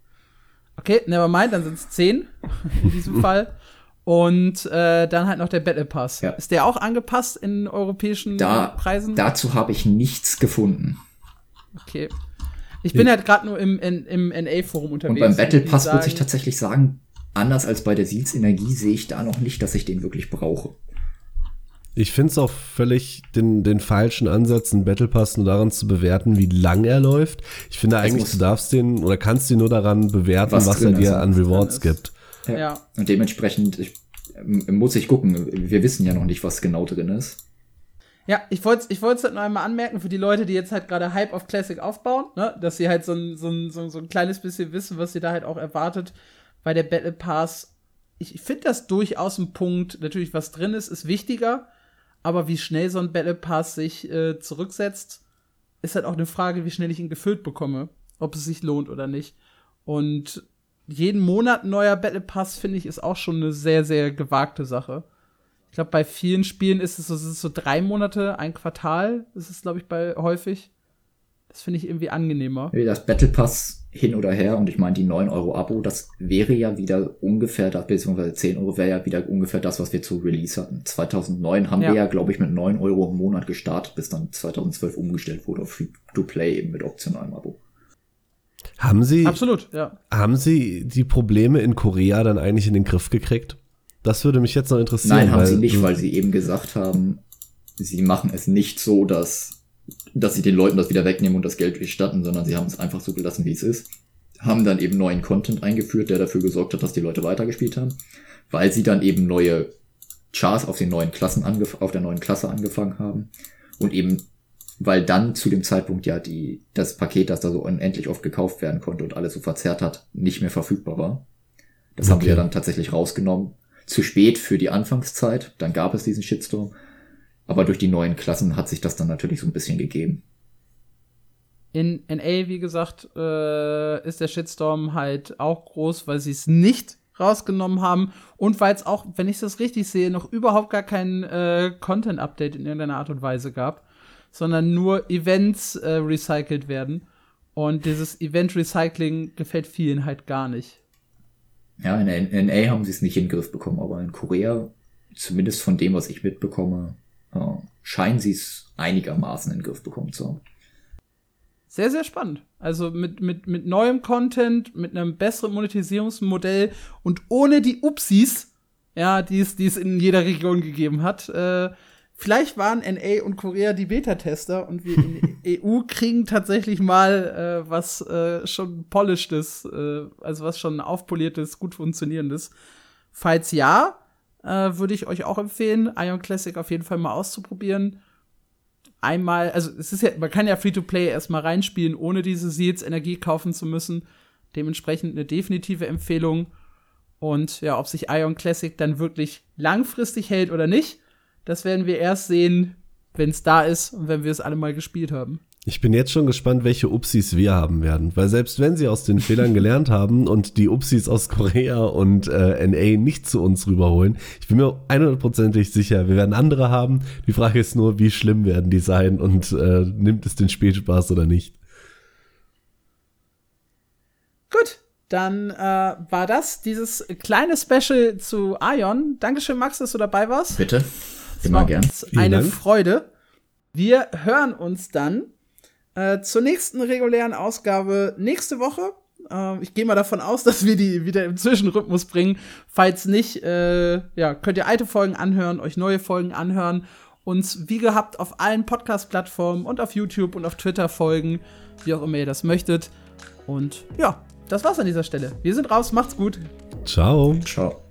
Okay, never mind, dann sind es zehn in diesem Fall. Und äh, dann halt noch der Battle Pass. Ja. Ist der auch angepasst in europäischen Da, Preisen? dazu habe ich nichts gefunden. Okay. Ich bin halt gerade nur im, in, im N A-Forum unterwegs. Und beim Battle die Pass sagen, muss ich tatsächlich sagen, anders als bei der Seals Energie sehe ich da noch nicht, dass ich den wirklich brauche. Ich finde es auch völlig den, den falschen Ansatz, einen Battle Pass nur daran zu bewerten, wie lang er läuft. Ich finde eigentlich, muss- du darfst den oder kannst ihn nur daran bewerten, Was was, drin er dir ist, an was drin Rewards ist. gibt. Ja. Und dementsprechend ich, ähm, muss ich gucken. Wir wissen ja noch nicht, was genau drin ist. Ja, ich wollte ich es halt noch einmal anmerken für die Leute, die jetzt halt gerade Hype auf Classic aufbauen, ne? Dass sie halt so ein, so, ein, so, ein, so ein kleines bisschen wissen, was sie da halt auch erwartet. Weil der Battle Pass, ich finde das durchaus ein Punkt, natürlich was drin ist, ist wichtiger, aber wie schnell so ein Battle Pass sich äh, zurücksetzt, ist halt auch eine Frage, wie schnell ich ihn gefüllt bekomme, ob es sich lohnt oder nicht. Und jeden Monat ein neuer Battle Pass, finde ich, ist auch schon eine sehr, sehr gewagte Sache. Ich glaube, bei vielen Spielen ist es so, es ist so drei Monate, ein Quartal, ist es, glaube ich, bei häufig. Das finde ich irgendwie angenehmer. Das Battle Pass hin oder her, und ich meine, die neun Euro Abo, das wäre ja wieder ungefähr, das, beziehungsweise zehn Euro wäre ja wieder ungefähr das, was wir zu Release hatten. zweitausendneun haben Ja. wir ja, glaube ich, mit neun Euro im Monat gestartet, bis dann zweitausendzwölf umgestellt wurde auf Free-to-Play eben mit optionalem Abo. Haben Sie, Absolut, ja. haben Sie die Probleme in Korea dann eigentlich in den Griff gekriegt? Das würde mich jetzt noch interessieren. Nein, haben weil, sie nicht, weil sie eben gesagt haben, sie machen es nicht so, dass, dass sie den Leuten das wieder wegnehmen und das Geld gestatten, sondern sie haben es einfach so gelassen, wie es ist. Haben dann eben neuen Content eingeführt, der dafür gesorgt hat, dass die Leute weitergespielt haben, weil sie dann eben neue Charts auf den neuen Klassen angef- auf der neuen Klasse angefangen haben und eben, weil dann zu dem Zeitpunkt ja die, das Paket, das da so unendlich oft gekauft werden konnte und alles so verzerrt hat, nicht mehr verfügbar war. Das haben Okay. wir dann tatsächlich rausgenommen. Zu spät für die Anfangszeit, dann gab es diesen Shitstorm. Aber durch die neuen Klassen hat sich das dann natürlich so ein bisschen gegeben. In N A, wie gesagt, äh, ist der Shitstorm halt auch groß, weil sie es nicht rausgenommen haben und weil es auch, wenn ich das richtig sehe, noch überhaupt gar kein äh, Content-Update in irgendeiner Art und Weise gab, sondern nur Events äh, recycelt werden. Und dieses Event-Recycling gefällt vielen halt gar nicht. Ja, in N A haben sie es nicht in den Griff bekommen, aber in Korea, zumindest von dem, was ich mitbekomme, äh, scheinen sie es einigermaßen in den Griff bekommen zu haben. Sehr, sehr spannend. Also mit, mit, mit neuem Content, mit einem besseren Monetisierungsmodell und ohne die Upsis, ja, die es, die es in jeder Region gegeben hat. Äh, vielleicht waren N A und Korea die Beta-Tester und wir in der E U kriegen tatsächlich mal äh, was äh, schon polishtes, äh, also was schon aufpoliertes, gut funktionierendes. Falls ja, äh, würde ich euch auch empfehlen, Ion Classic auf jeden Fall mal auszuprobieren. Einmal, also es ist ja, man kann ja Free-to-Play erstmal reinspielen, ohne diese Seeds Energie kaufen zu müssen. Dementsprechend eine definitive Empfehlung. Und ja, ob sich Ion Classic dann wirklich langfristig hält oder nicht, das werden wir erst sehen, wenn es da ist und wenn wir es alle mal gespielt haben. Ich bin jetzt schon gespannt, welche Upsis wir haben werden. Weil selbst wenn sie aus den Fehlern gelernt haben und die Upsis aus Korea und äh, N A nicht zu uns rüberholen, ich bin mir hundertprozentig sicher, wir werden andere haben. Die Frage ist nur, wie schlimm werden die sein und äh, nimmt es den Spielspaß oder nicht? Gut, dann äh, war das dieses kleine Special zu Ion. Dankeschön, Max, dass du dabei warst. Bitte, immer gern. Eine Freude. Wir hören uns dann Äh, zur nächsten regulären Ausgabe nächste Woche. Äh, ich gehe mal davon aus, dass wir die wieder im Zwischenrhythmus bringen. Falls nicht, äh, ja, könnt ihr alte Folgen anhören, euch neue Folgen anhören. Uns wie gehabt auf allen Podcast-Plattformen und auf YouTube und auf Twitter folgen, wie auch immer ihr das möchtet. Und ja, das war's an dieser Stelle. Wir sind raus, macht's gut. Ciao. Ciao.